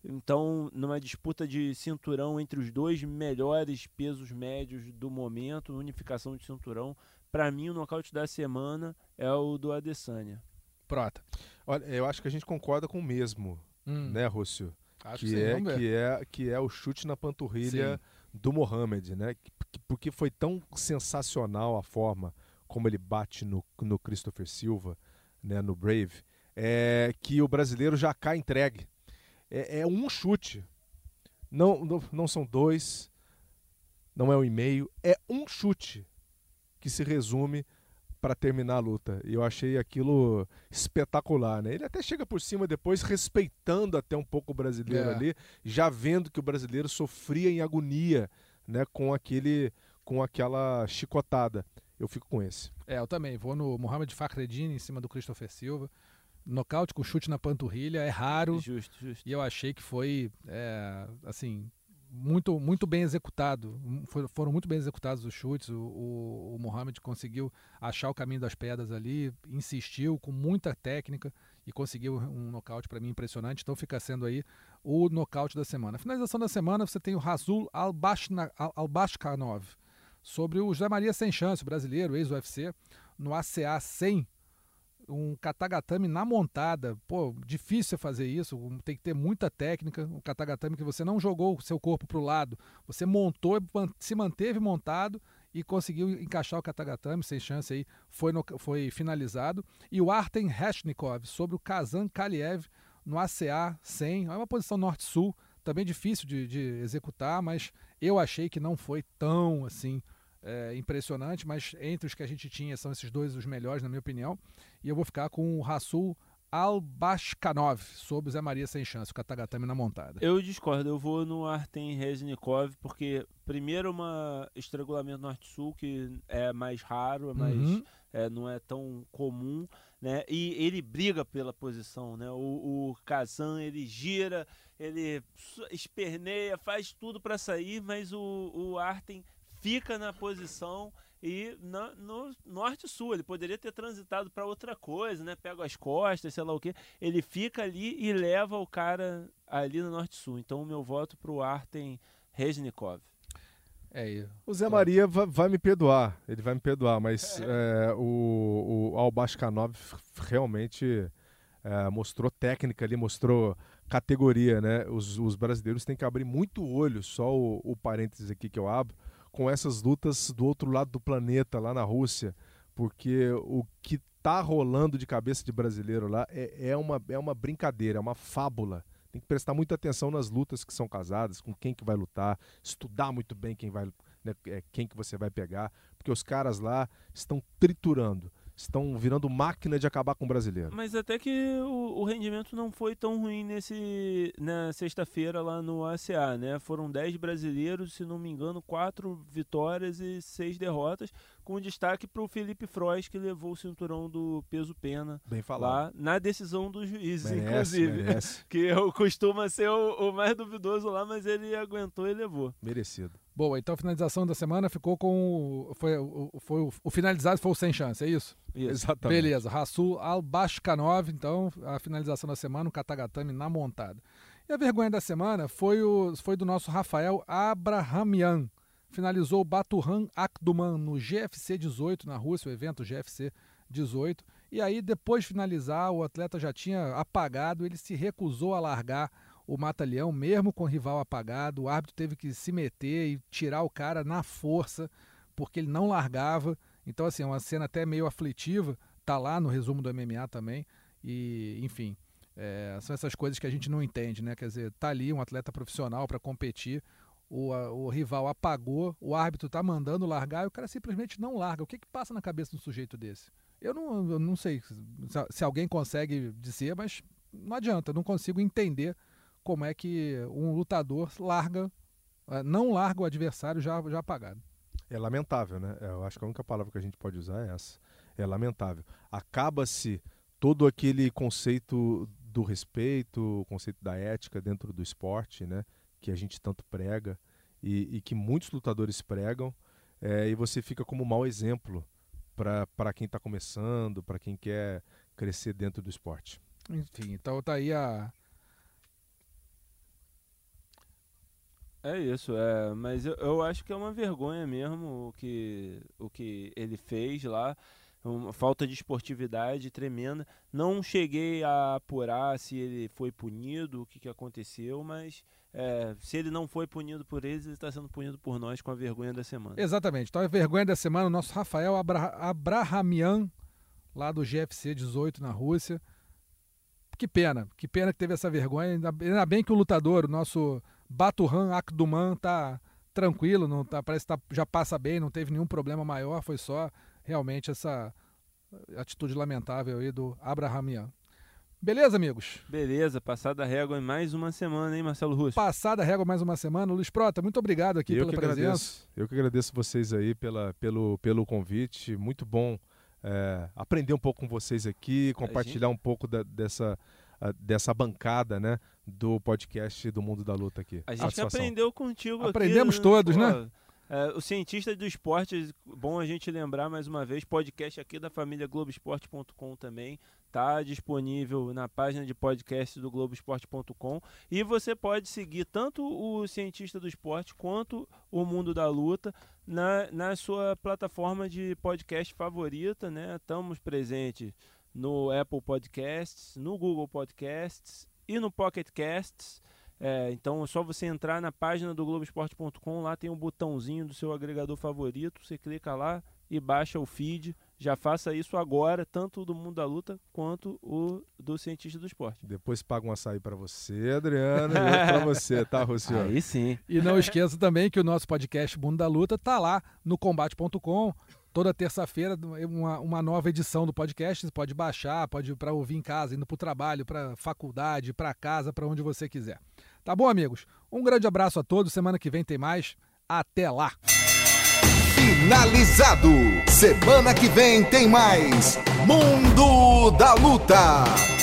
Então, numa disputa de cinturão entre os dois melhores pesos médios do momento, unificação de cinturão, para mim o nocaute da semana é o do Adesanya. Prota. Olha, eu acho que a gente concorda com o mesmo, hum. né, Rússio? Acho que, que, sim, é, vamos ver. que, é, que é o chute na panturrilha sim. do Mohamed, né? Porque foi tão sensacional a forma como ele bate no, no Christopher Silva, né, no Brave, é, que o brasileiro já cai entregue. É, é um chute. Não, não, não são dois, não é um e meio, é um chute que se resume para terminar a luta. E eu achei aquilo espetacular, né? Ele até chega por cima depois, respeitando até um pouco o brasileiro é. ali, já vendo que o brasileiro sofria em agonia, né, com aquele, com aquela chicotada. Eu fico com esse. É, eu também. Vou no Mohamed Fakhreddin em cima do Christopher Silva. Nocaute com chute na panturrilha é raro. Justo, justo. E eu achei que foi, é, assim, muito, muito bem executado. For, foram muito bem executados os chutes. O, o, o Mohamed conseguiu achar o caminho das pedras ali, insistiu com muita técnica e conseguiu um nocaute para mim impressionante. Então fica sendo aí o nocaute da semana. A finalização da semana você tem o Rasul Albashkanov sobre o José Maria Sem Chance, o brasileiro, ex-U F C, no A C A cem. Um katagatame na montada, pô, difícil você fazer isso, tem que ter muita técnica, um katagatame que você não jogou o seu corpo para o lado, você montou, se manteve montado e conseguiu encaixar o katagatame, sem chance aí, foi, no, foi finalizado. E o Artem Reshnikov sobre o Kazan Kaliev no A C A cem, é uma posição norte-sul, também difícil de, de executar, mas eu achei que não foi tão assim, É, impressionante, mas entre os que a gente tinha são esses dois os melhores, na minha opinião, e eu vou ficar com o Rasul Albashkanov sobre o Zé Maria Sem Chance, o katagatame na montada. Eu discordo, eu vou no Artem Reznikov, porque primeiro uma estrangulamento norte-sul que é mais raro, é mais, uhum. é, não é tão comum, né? E ele briga pela posição, né? O, o Kazan, ele gira, ele esperneia, faz tudo para sair, mas o, o Artem fica na posição e na, no norte-sul, ele poderia ter transitado para outra coisa, né? Pega as costas, sei lá o que. Ele fica ali e leva o cara ali no norte-sul. Então o meu voto para o Artem Reznikov. É isso. O Zé Maria vai, vai me perdoar, ele vai me perdoar, mas é. É, o, o Albashkanov realmente é, mostrou técnica ali, mostrou categoria, né? Os, os brasileiros têm que abrir muito o olho, só o, o parênteses aqui que eu abro, com essas lutas do outro lado do planeta, lá na Rússia, porque o que tá rolando de cabeça de brasileiro lá é, é, uma, é uma brincadeira, é uma fábula. Tem que prestar muita atenção nas lutas que são casadas, com quem que vai lutar, estudar muito bem quem, vai, né, quem que você vai pegar, porque os caras lá estão triturando, estão virando máquina de acabar com o brasileiro. Mas até que o, o rendimento não foi tão ruim nesse, na sexta-feira lá no A C A, né? Foram dez brasileiros, se não me engano, quatro vitórias e seis derrotas, com destaque para o Felipe Frois, que levou o cinturão do peso pena. Bem falado. Lá na decisão dos juízes, merece, inclusive. Merece. Que costuma ser o, o mais duvidoso lá, mas ele aguentou e levou. Merecido. Boa, então a finalização da semana ficou com o, foi, o, foi o, o finalizado foi o Sem Chance, é isso? Isso. Exatamente. Beleza, Rasul Albashkanov, então a finalização da semana, o katagatame na montada. E a vergonha da semana foi, o, foi do nosso Rafael Abrahamian. Finalizou o Baturhan Akduman no G F C dezoito, na Rússia, o evento G F C dezoito. E aí, depois de finalizar, o atleta já tinha apagado, ele se recusou a largar o mata-leão, mesmo com o rival apagado. O árbitro teve que se meter e tirar o cara na força, porque ele não largava. Então, assim, é uma cena até meio aflitiva, tá lá no resumo do M M A também. E, enfim, é, são essas coisas que a gente não entende, né? Quer dizer, tá ali um atleta profissional para competir, o, a, o rival apagou, o árbitro tá mandando largar e o cara simplesmente não larga. O que que passa na cabeça de um sujeito desse? Eu não, eu não sei se, se alguém consegue dizer, mas não adianta, eu não consigo entender como é que um lutador larga, não larga o adversário já, já apagado. É lamentável, né? Eu acho que a única palavra que a gente pode usar é essa. É lamentável. Acaba-se todo aquele conceito do respeito, o conceito da ética dentro do esporte, né? Que a gente tanto prega e, e que muitos lutadores pregam, é, e você fica como um mau exemplo para quem está começando, para quem quer crescer dentro do esporte. Enfim, então tá aí a... É isso, é, mas eu, eu acho que é uma vergonha mesmo o que, o que ele fez lá, uma falta de esportividade tremenda. Não cheguei a apurar se ele foi punido, o que, que aconteceu, mas é, se ele não foi punido por eles, ele está sendo punido por nós com a vergonha da semana. Exatamente, então a vergonha da semana, o nosso Rafael Abra- Abrahamian, lá do G F C dezoito na Rússia. Que pena, que pena que teve essa vergonha, ainda, ainda bem que o lutador, o nosso Batuhan Akduman tá tranquilo, não tá, parece que tá, já passa bem, não teve nenhum problema maior, foi só realmente essa atitude lamentável aí do Abrahamian. Beleza, amigos? Beleza, passada a régua em mais uma semana, hein, Marcelo Russo? Passada a régua mais uma semana. Luiz Prota, muito obrigado aqui Eu pela que presença. agradeço. Eu que agradeço vocês aí pela, pelo, pelo convite, muito bom é, aprender um pouco com vocês aqui, compartilhar um pouco da, dessa... dessa bancada, né, do podcast do Mundo da Luta aqui. A gente aprendeu contigo Aprendemos aqui, todos, pô, né? É, o Cientista do Esporte, bom a gente lembrar mais uma vez, podcast aqui da família Globo Esporte ponto com também, tá disponível na página de podcast do Globo Esporte ponto com, e você pode seguir tanto o Cientista do Esporte quanto o Mundo da Luta na, na sua plataforma de podcast favorita, né? Estamos presentes no Apple Podcasts, no Google Podcasts e no Pocket Casts. É, então é só você entrar na página do Globo Esporte ponto com, lá tem um botãozinho do seu agregador favorito, você clica lá e baixa o feed. Já faça isso agora, tanto do Mundo da Luta quanto o do Cientista do Esporte. Depois paga um açaí para você, Adriano, e outro para você, tá, Rússio? Aí sim. E não esqueça também que o nosso podcast Mundo da Luta tá lá no combate ponto com. Toda terça-feira, uma, uma nova edição do podcast. Você pode baixar, pode ir para ouvir em casa, indo para o trabalho, para faculdade, para casa, para onde você quiser. Tá bom, amigos? Um grande abraço a todos. Semana que vem tem mais. Até lá! Finalizado. Semana que vem tem mais Mundo da Luta.